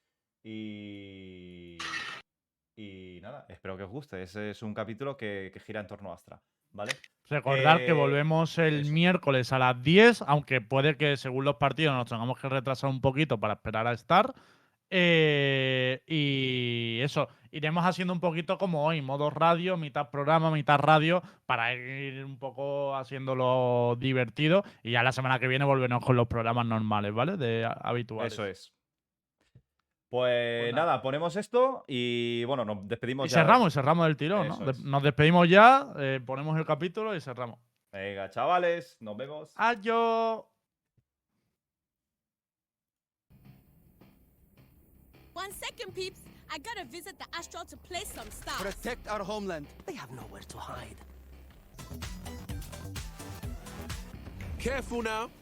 Y, y nada, espero que os guste. Ese es un capítulo que, que gira en torno a Astra, ¿vale? Recordar que Eh, volvemos el eso. miércoles a las diez, aunque puede que según los partidos nos tengamos que retrasar un poquito para esperar a estar. Eh, y eso, iremos haciendo un poquito como hoy, modo radio, mitad programa, mitad radio, para ir un poco haciéndolo divertido. Y ya la semana que viene volveremos con los programas normales, ¿vale? De a- habituales. Eso es. Pues, Pues nada. nada. ponemos esto y bueno, nos Y despedimos ya. cerramos, y cerramos el tirón, ¿no? Eso De- es. Nos despedimos ya, eh, ponemos el capítulo y cerramos. Venga, chavales, nos vemos. Adiós. One second, peeps. I gotta visit the Astral to play some stuff. Protect our homeland. They have nowhere to hide. Careful now.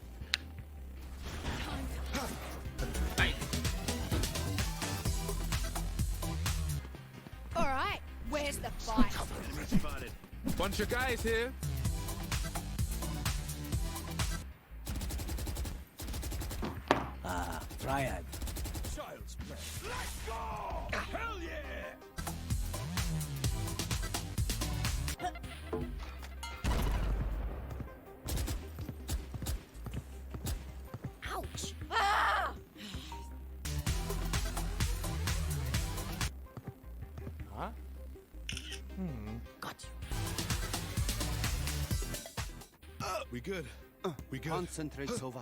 All right, where's the fight? Bunch of guys here. Ah, Triad. Child's play. Let's go! Hell yeah! Ouch! Ah! Huh? Hmm. Got you. We good? We good? Concentrate, Sova.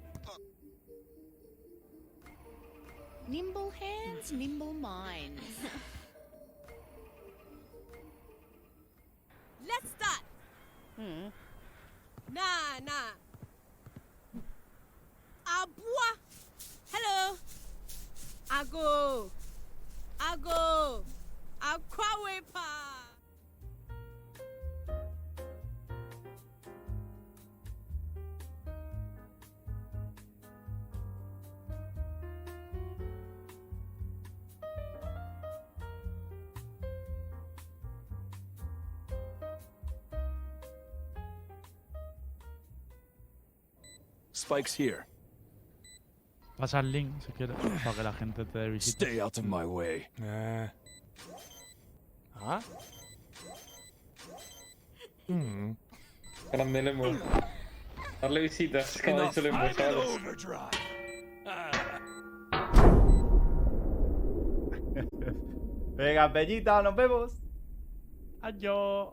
Nimble hands, nimble minds. Let's start. Hmm. Nah, nah. Abua. Hello. Ago. Ago. Aquawepa. Spike's here. Pasa el link si quieres, para que la gente te dé visita. Stay out of my way. Uh. Huh? Hmm. Grande Lemo. Darle visitas, como ha dicho Lemo, I'm in chavales. overdrive. Ah. Venga, Bellita, nos vemos. Adiós.